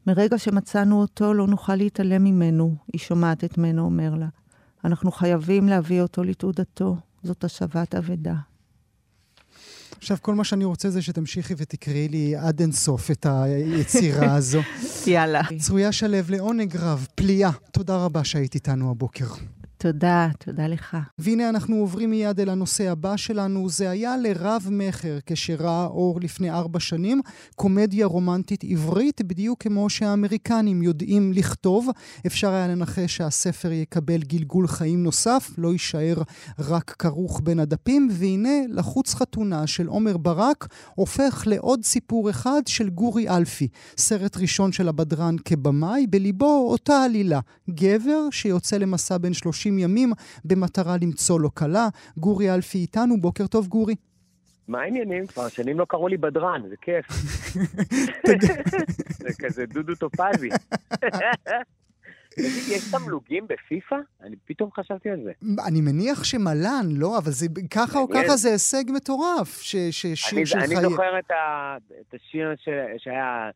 מרגע שמצאנו אותו, לא נוכל להתעלם ממנו. היא שומעת את מנו אומר לה. אנחנו חייבים להביא אותו לתעודתו. זאת השבת אבדה. עכשיו, כל מה שאני רוצה זה שתמשיכי ותקראי לי עד אינסוף את היצירה הזו. יאללה. צרויה שלו, לעונג רב, פליאה. תודה רבה שהיית איתנו הבוקר. תודה, תודה לך. והנה אנחנו עוברים מיד אל הנושא הבא שלנו. זה היה לרב מחר כשראה אור לפני ארבע שנים, קומדיה רומנטית עברית, בדיוק כמו שהאמריקנים יודעים לכתוב. אפשר היה לנחש שהספר יקבל גלגול חיים נוסף, לא יישאר רק כרוך בין הדפים, והנה לחוץ חתונה של עומר ברק הופך לעוד סיפור אחד של גורי אלפי. סרט ראשון של הבדרן כבמאי, בליבו אותה עלילה. גבר שיוצא למסע בין שלושים ימים במטרה למצוא לו קלה. גורי אלפי איתנו, בוקר טוב גורי. מה העניינים? כבר שנים לא קראו לי בדרן, זה כיף. זה כזה דודו טופזי. יש תמלוגים בפיפה? אני פתאום חשבתי על זה. אני מניח שמלן, לא? אבל זה ככה או ככה זה הישג מטורף, ששיר של חיי... אני זוכר את השיר שהיה...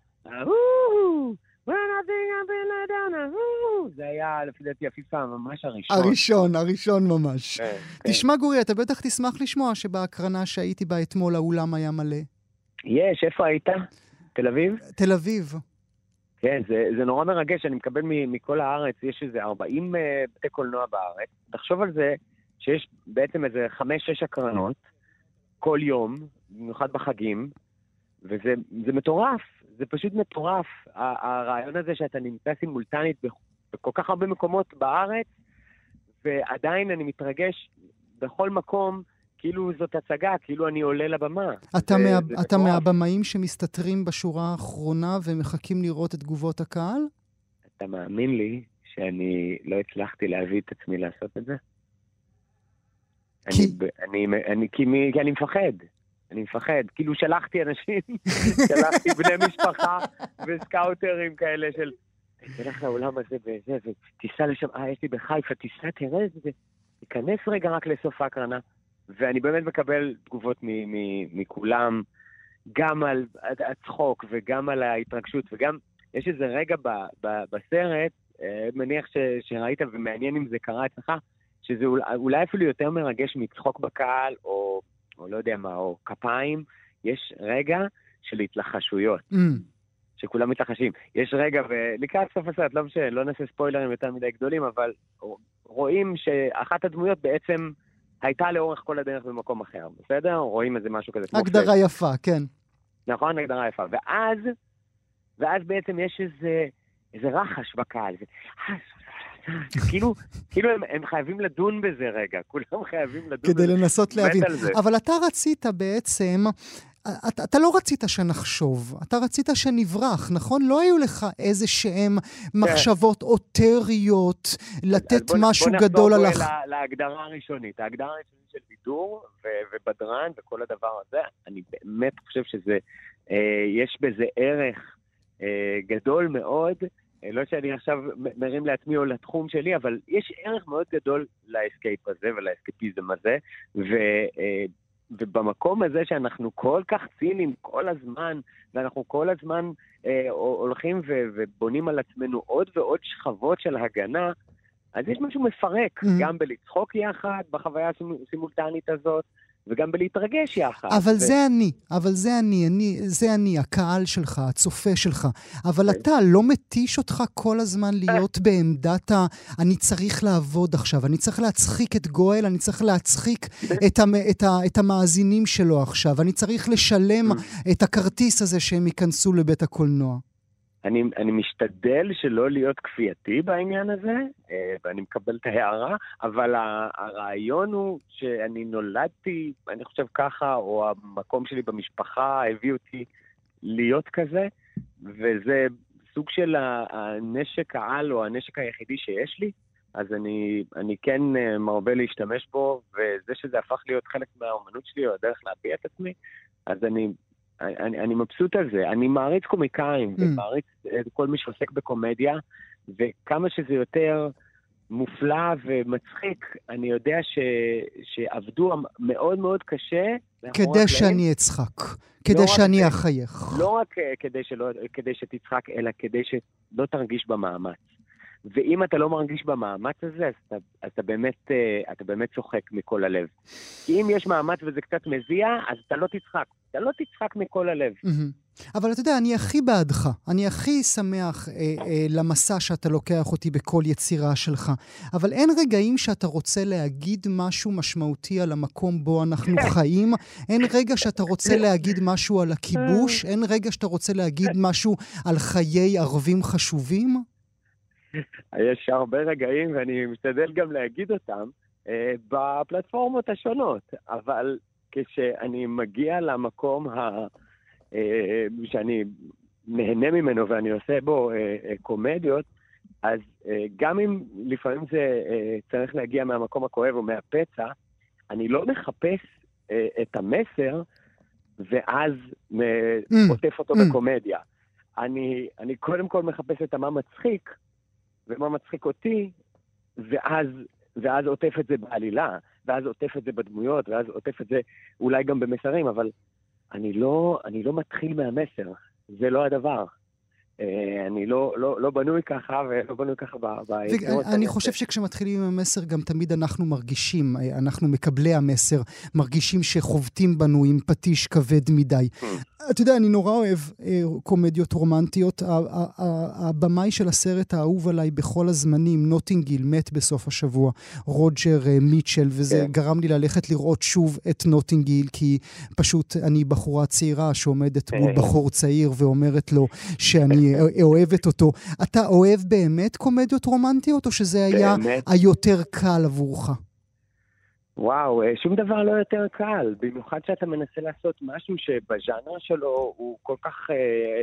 זה היה לפי דעתי הפיפה ממש הראשון. הראשון, הראשון ממש. תשמע גורי, אתה בטח תשמח לשמוע שבהקרנה שהייתי בה אתמול האולם היה מלא. יש, איפה היית? תל אביב? תל אביב. כן, זה, זה נורא מרגש, אני מקבל מכל הארץ, יש איזה ארבעים בתי קולנוע בארץ. תחשוב על זה שיש בעצם איזה חמש, שש הקרנות כל יום, במיוחד בחגים, וזה זה מטורף. זה פשוט מטורף, הרעיון הזה שאתה נמצא סימולטנית בכל כך הרבה מקומות בארץ, ועדיין אני מתרגש בכל מקום, כאילו זאת הצגה, כאילו אני עולה לבמה. אתה, מה, אתה מהבמאים שמסתתרים בשורה האחרונה ומחכים לראות את תגובות הקהל? אתה מאמין לי שאני לא הצלחתי להביא את עצמי לעשות את זה? כי? אני, אני, אני, כי, כי אני מפחד. אני מפחד, כאילו שלחתי אנשים, שלחתי בני משפחה וסקאוטרים כאלה של, תלך לעולם הזה וזה, ותיסע לשם, אה, יש לי בחיפה, תיסע, תראה, תיכנס רגע רק לסוף ההקרנה, ואני באמת מקבל תגובות מכולם, גם על הצחוק וגם על ההתרגשות, וגם יש איזה רגע בסרט, מניח שראית ומעניין אם זה קרה אצלך, שזה אולי אפילו יותר מרגש מצחוק בקהל, או או לא יודע מה, או כפיים, יש רגע של התלחשויות, mm. שכולם מתלחשים. יש רגע, ולקראת סוף הסרט, לא משנה, לא נעשה ספוילרים יותר מדי גדולים, אבל רואים שאחת הדמויות בעצם הייתה לאורך כל הדרך במקום אחר, בסדר? רואים איזה משהו כזה. הגדרה יפה, כן. נכון, הגדרה יפה. ואז, ואז בעצם יש איזה, איזה רחש בקהל. כאילו, כאילו הם, הם חייבים לדון בזה רגע, כולם חייבים לדון כדי בזה. לנסות להבין. אבל אתה רצית בעצם, אתה, אתה לא רצית שנחשוב, אתה רצית שנברח, נכון? לא היו לך איזה שהם מחשבות אוטריות, לתת בוא, משהו בוא גדול על... בוא נחזור להגדרה הראשונית. ההגדרה הראשונית של בידור ו- ובדרן וכל הדבר הזה, אני באמת חושב שזה, אה, יש בזה ערך אה, גדול מאוד, לא שאני עכשיו מרים לעצמי או לתחום שלי, אבל יש ערך מאוד גדול לאסקייפ הזה ולאסקייפיזם הזה, ו, ובמקום הזה שאנחנו כל כך ציניים כל הזמן, ואנחנו כל הזמן אה, הולכים ו, ובונים על עצמנו עוד ועוד שכבות של הגנה, אז יש משהו מפרק, mm-hmm. גם בלצחוק יחד, בחוויה הסימולטנית הזאת, וגם בלהתרגש יחד. אבל ו... זה אני, אבל זה אני, אני, זה אני, הקהל שלך, הצופה שלך. אבל אתה לא מתיש אותך כל הזמן להיות בעמדת ה... אני צריך לעבוד עכשיו, אני צריך להצחיק את גואל, אני צריך להצחיק את, המ... את, ה... את המאזינים שלו עכשיו, אני צריך לשלם את הכרטיס הזה שהם ייכנסו לבית הקולנוע. אני, אני משתדל שלא להיות כפייתי בעניין הזה, ואני מקבל את ההערה, אבל הרעיון הוא שאני נולדתי, אני חושב ככה, או המקום שלי במשפחה הביא אותי להיות כזה, וזה סוג של הנשק העל או הנשק היחידי שיש לי, אז אני, אני כן מרבה להשתמש בו, וזה שזה הפך להיות חלק מהאומנות שלי, או הדרך להביע את עצמי, אז אני... אני, אני מבסוט על זה, אני מעריץ קומיקאים, mm. ומעריץ כל מי שעוסק בקומדיה, וכמה שזה יותר מופלא ומצחיק, אני יודע ש... שעבדו מאוד מאוד קשה. כדי שאני אצחק, כדי לא שאני רק... אחייך. לא רק כדי, שלא... כדי שתצחק, אלא כדי שלא תרגיש במאמץ. ואם אתה לא מרגיש במאמץ הזה, אז אתה, אז אתה באמת, אתה באמת צוחק מכל הלב. כי אם יש מאמץ וזה קצת מזיע, אז אתה לא תצחק. אתה לא תצחק מכל הלב. אבל אתה יודע, אני הכי בעדך. אני הכי שמח אה, אה, למסע שאתה לוקח אותי בכל יצירה שלך. אבל אין רגעים שאתה רוצה להגיד משהו משמעותי על המקום בו אנחנו חיים? אין רגע שאתה רוצה להגיד משהו על הכיבוש? אין רגע שאתה רוצה להגיד משהו על חיי ערבים חשובים? יש הרבה רגעים, ואני משתדל גם להגיד אותם, אה, בפלטפורמות השונות. אבל כשאני מגיע למקום ה... אה, שאני נהנה ממנו ואני עושה בו אה, אה, קומדיות, אז אה, גם אם לפעמים זה אה, צריך להגיע מהמקום הכואב או מהפצע, אני לא מחפש אה, את המסר, ואז עוטף אותו Mm. בקומדיה. אני, אני קודם כל מחפש את מה מצחיק, ומה מצחיק אותי, ואז, ואז עוטף את זה בעלילה, ואז עוטף את זה בדמויות, ואז עוטף את זה אולי גם במסרים, אבל אני לא, אני לא מתחיל מהמסר. זה לא הדבר. אני לא, לא, לא בנוי ככה, ולא בנוי ככה ביצירות. אני חושב שכשמתחילים עם המסר, גם תמיד אנחנו מרגישים, אנחנו מקבלי המסר, מרגישים שחובטים בנו עם פטיש כבד מדי. אתה יודע, אני נורא אוהב קומדיות רומנטיות. הבמאי של הסרט האהוב עליי בכל הזמנים, נוטינג היל, מת בסוף השבוע, רוג'ר מיטשל, וזה גרם לי ללכת לראות שוב את נוטינג היל, כי פשוט אני בחורה צעירה שעומדת מול בחור צעיר ואומרת לו שאני אוהבת אותו. אתה אוהב באמת קומדיות רומנטיות, או שזה היה היותר קל עבורך? וואו, שום דבר לא יותר קל, במיוחד שאתה מנסה לעשות משהו שבז'אנר שלו הוא כל כך... אה,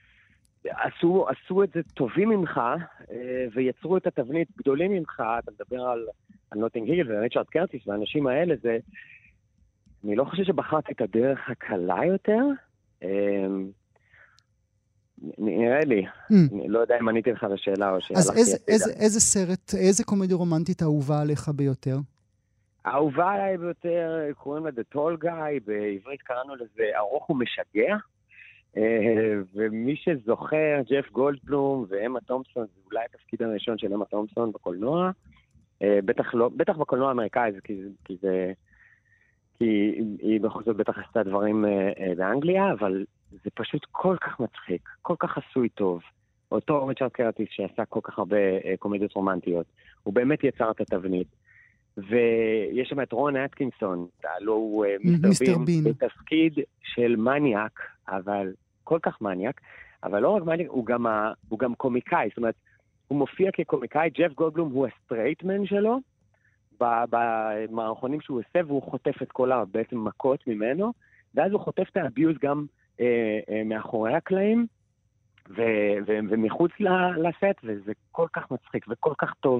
עשו, עשו את זה טובים ממך, אה, ויצרו את התבנית גדולים ממך. אתה מדבר על, על נוטינג היל וריצ'רד קרטיס והאנשים האלה, זה... אני לא חושב שבחרתי את הדרך הקלה יותר. אה, נראה לי. Mm. אני לא יודע אם עניתי לך לשאלה או שאלה. אז איזה, איזה, איזה סרט, איזה קומדיה רומנטית אהובה עליך ביותר? האהובה עליי ביותר, קוראים לה The Tall Guy, בעברית קראנו לזה ארוך ומשגע, ומי שזוכר, ג'ף גולדבלום ואמה תומפסון, זה אולי התפקיד הראשון של אמה תומפסון בקולנוע, בטח, לא, בטח בקולנוע האמריקאי, כי, כי, זה, כי היא בכל זאת בטח עשתה דברים באנגליה, אבל זה פשוט כל כך מצחיק, כל כך עשוי טוב. אותו ריצ'רד קרטיס שעשה כל כך הרבה קומדיות רומנטיות, הוא באמת יצר את התבנית. ויש שם את רון אטקינסון, לא הוא מיסטר בין, בתפקיד של מניאק, אבל כל כך מניאק, אבל לא רק מניאק, הוא גם, הוא גם קומיקאי, זאת אומרת, הוא מופיע כקומיקאי, ג'ף גולדבלום הוא הסטרייטמן שלו, במערכונים שהוא עושה, והוא חוטף את כל בעצם מכות ממנו, ואז הוא חוטף את האביוז גם אה, אה, מאחורי הקלעים, ו, ו, ומחוץ לסט, וזה כל כך מצחיק וכל כך טוב,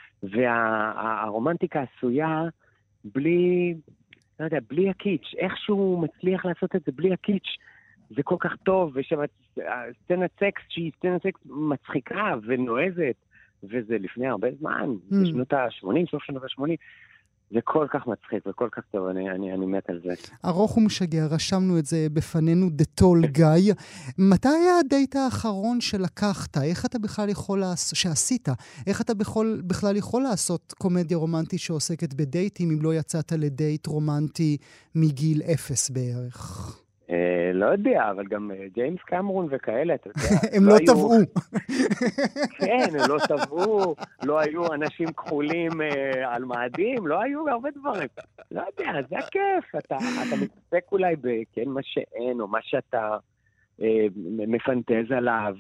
והרומנטיקה עשויה בלי, לא יודע, בלי הקיץ', איכשהו מצליח לעשות את זה בלי הקיץ', זה כל כך טוב, וסצנת סקס שהיא סצנת סקס מצחיקה ונועזת, וזה לפני הרבה זמן, בשנות ה-שמונים, סוף שנות ה-שמונים, זה כל כך מצחיק וכל כך טוב, אני, אני, אני מת על זה. ארוך ומשגע, רשמנו את זה בפנינו, The Tall Guy. מתי היה הדייט האחרון שלקחת? איך אתה בכלל יכול לעשות, שעשית? איך אתה בכלל, בכלל יכול לעשות קומדיה רומנטית שעוסקת בדייטים, אם לא יצאת לדייט רומנטי מגיל אפס בערך? אה, לא יודע, אבל גם ג'יימס קמרון וכאלה, אתה יודע. הם לא טבעו. כן, הם לא טבעו, לא היו אנשים כחולים על מאדים, לא היו הרבה דברים. לא יודע, זה הכיף. אתה מתעסק אולי בכן מה שאין, או מה שאתה מפנטז עליו,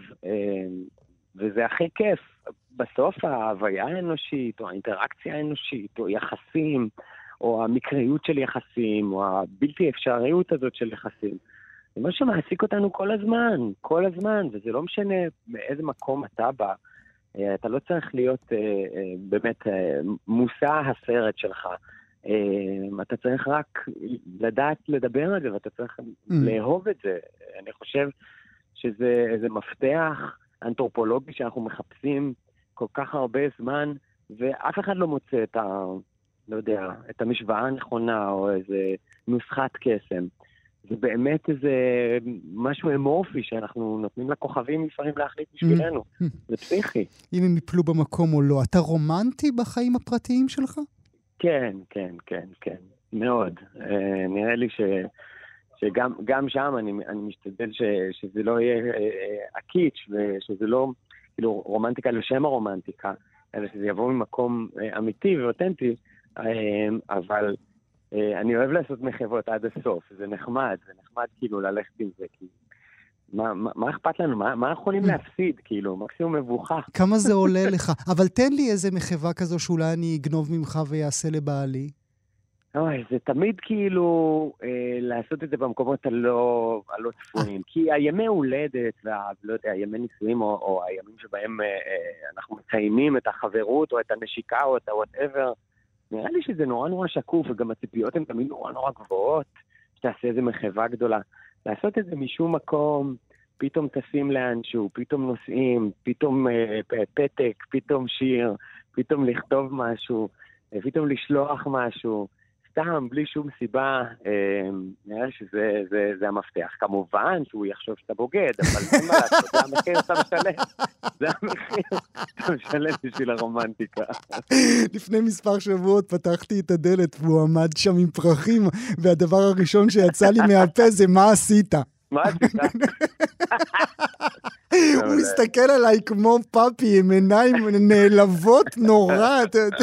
וזה הכי כיף. בסוף ההוויה האנושית, או האינטראקציה האנושית, או יחסים, או המקריות של יחסים, או הבלתי אפשריות הזאת של יחסים. זה מה שמעסיק אותנו כל הזמן, כל הזמן, וזה לא משנה מאיזה מקום אתה בא. אתה לא צריך להיות באמת מושא הסרט שלך. אתה צריך רק לדעת לדבר על זה, ואתה צריך לאהוב את זה. אני חושב שזה מפתח אנתרופולוגי שאנחנו מחפשים כל כך הרבה זמן, ואף אחד לא מוצא את ה... לא יודע, את המשוואה הנכונה, או איזה נוסחת קסם. זה באמת איזה משהו אמורפי שאנחנו נותנים לכוכבים לפעמים להחליט בשבילנו. זה פסיכי. אם הם יפלו במקום או לא. אתה רומנטי בחיים הפרטיים שלך? כן, כן, כן, כן. מאוד. אה, נראה לי ש... שגם גם שם אני, אני משתדל ש, שזה לא יהיה אה, הקיץ' ושזה לא, כאילו, רומנטיקה לשם הרומנטיקה, אלא שזה יבוא ממקום אה, אמיתי ואותנטי, אה, אבל אה, אני אוהב לעשות מחוות עד הסוף, זה נחמד, זה נחמד כאילו ללכת עם זה, כי מה, מה, מה אכפת לנו? מה, מה יכולים להפסיד? כאילו, מקסימום מבוכה. כמה זה עולה לך? אבל תן לי איזה מחווה כזו שאולי אני אגנוב ממך ויעשה לבעלי. אוי, זה תמיד כאילו אה, לעשות את זה במקומות הלא, הלא צפויים. כי הימי הולדת, ולא יודע, הימי נישואים, או, או הימים שבהם אה, אה, אנחנו מקיימים את החברות, או את הנשיקה, או את ה-whatever, נראה לי שזה נורא נורא שקוף, וגם הציפיות הן תמיד נורא נורא גבוהות, שתעשה איזה מחווה גדולה. לעשות את זה משום מקום, פתאום טסים לאנשהו, פתאום נוסעים, פתאום אה, פתק, פתאום שיר, פתאום לכתוב משהו, אה, פתאום לשלוח משהו, סתם, בלי שום סיבה, אה, נראה שזה זה, זה המפתח. כמובן שהוא יחשוב שאתה בוגד, אבל אין מה לעשות, זה המחיר שאתה משלם. זה המחיר שאתה משלם בשביל הרומנטיקה. לפני מספר שבועות פתחתי את הדלת, והוא עמד שם עם פרחים, והדבר הראשון שיצא לי מהפה זה מה עשית? מה עשית? הוא מסתכל עליי כמו פאפי, עם עיניים נעלבות נורא.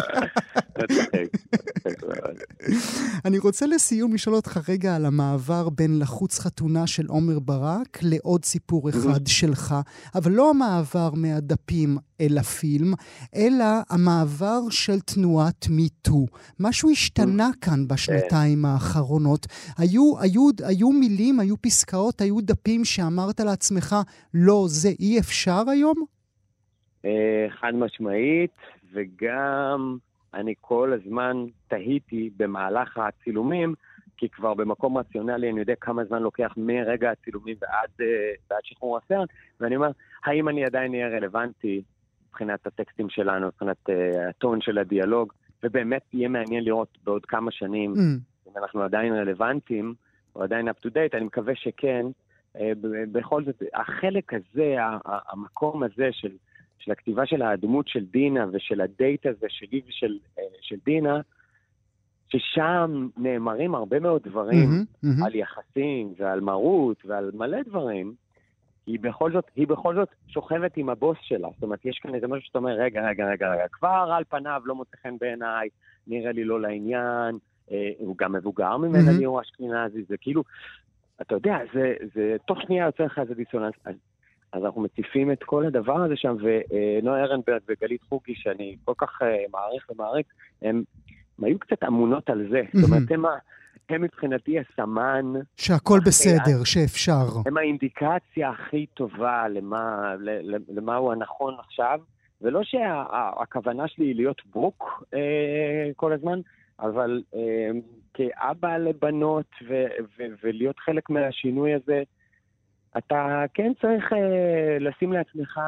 אני רוצה לסיום לשאול אותך רגע על המעבר בין לחוץ חתונה של עומר ברק לעוד סיפור אחד שלך, אבל לא המעבר מהדפים אל הפילם, אלא המעבר של תנועת מיטו. משהו השתנה כאן בשנתיים האחרונות. היו, היו, היו מילים, היו פסקאות, היו דפים שאמרת לעצמך, לא, זה אי אפשר היום? חד משמעית, וגם אני כל הזמן תהיתי במהלך הצילומים, כי כבר במקום רציונלי אני יודע כמה זמן לוקח מרגע הצילומים ועד, ועד שחרור הסרט, ואני אומר, האם אני עדיין אהיה רלוונטי מבחינת הטקסטים שלנו, מבחינת uh, הטון של הדיאלוג, ובאמת יהיה מעניין לראות בעוד כמה שנים, mm. אם אנחנו עדיין רלוונטיים, או עדיין up to date, אני מקווה שכן, uh, בכל זאת, החלק הזה, המקום הזה של, של הכתיבה של הדמות של דינה, ושל הדייט הזה שלי ושל uh, של דינה, ששם נאמרים הרבה מאוד דברים, mm-hmm, mm-hmm. על יחסים, ועל מרות, ועל מלא דברים, היא בכל זאת, היא בכל זאת שוכבת עם הבוס שלה. זאת אומרת, יש כאן איזה משהו שאתה אומר, רגע, רגע, רגע, רגע, כבר על פניו לא מוצא חן בעיניי, נראה לי לא לעניין, אה, הוא גם מבוגר ממנה, mm-hmm. ליאור אשכנזי, זה כאילו, אתה יודע, זה, זה תוך שנייה יוצא לך איזה דיסוננס. אז, אז אנחנו מציפים את כל הדבר הזה שם, ונועה ארנברג וגלית חוגי, שאני כל כך אה, מעריך ומעריך, הם, הם היו קצת אמונות על זה. Mm-hmm. זאת אומרת, הם הם מבחינתי הסמן... שהכל בסדר, שאפשר. הם האינדיקציה הכי טובה למה, למה הוא הנכון עכשיו, ולא שהכוונה שלי היא להיות בוק אה, כל הזמן, אבל אה, כאבא לבנות ו- ו- ולהיות חלק מהשינוי הזה, אתה כן צריך אה, לשים לעצמך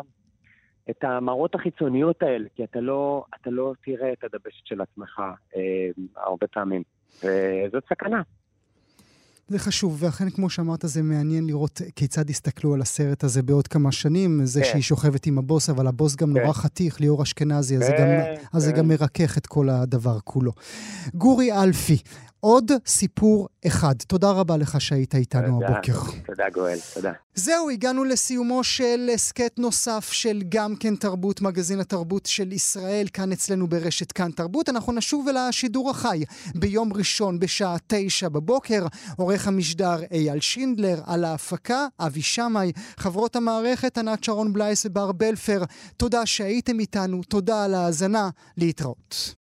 את המראות החיצוניות האלה, כי אתה לא, אתה לא תראה את הדבשת של עצמך אה, הרבה פעמים. וזאת סכנה. זה חשוב, ואכן כמו שאמרת זה מעניין לראות כיצד הסתכלו על הסרט הזה בעוד כמה שנים, זה כן. שהיא שוכבת עם הבוס, אבל הבוס גם כן. נורא חתיך, ליאור אשכנזי, אז, כן. זה, גם, אז כן. זה גם מרכך את כל הדבר כולו. גורי אלפי, עוד סיפור אחד. תודה רבה לך שהיית איתנו תודה, הבוקר. תודה גואל, תודה. זהו, הגענו לסיומו של סקט נוסף של גם כן תרבות, מגזין התרבות של ישראל, כאן אצלנו ברשת כאן תרבות. אנחנו נשוב אל השידור החי ביום ראשון בשעה תשע בבוקר. עורך המשדר אייל שינדלר, על ההפקה אבי שמאי, חברות המערכת ענת שרון בלייס ובר בלפר. תודה שהייתם איתנו, תודה על ההאזנה, להתראות.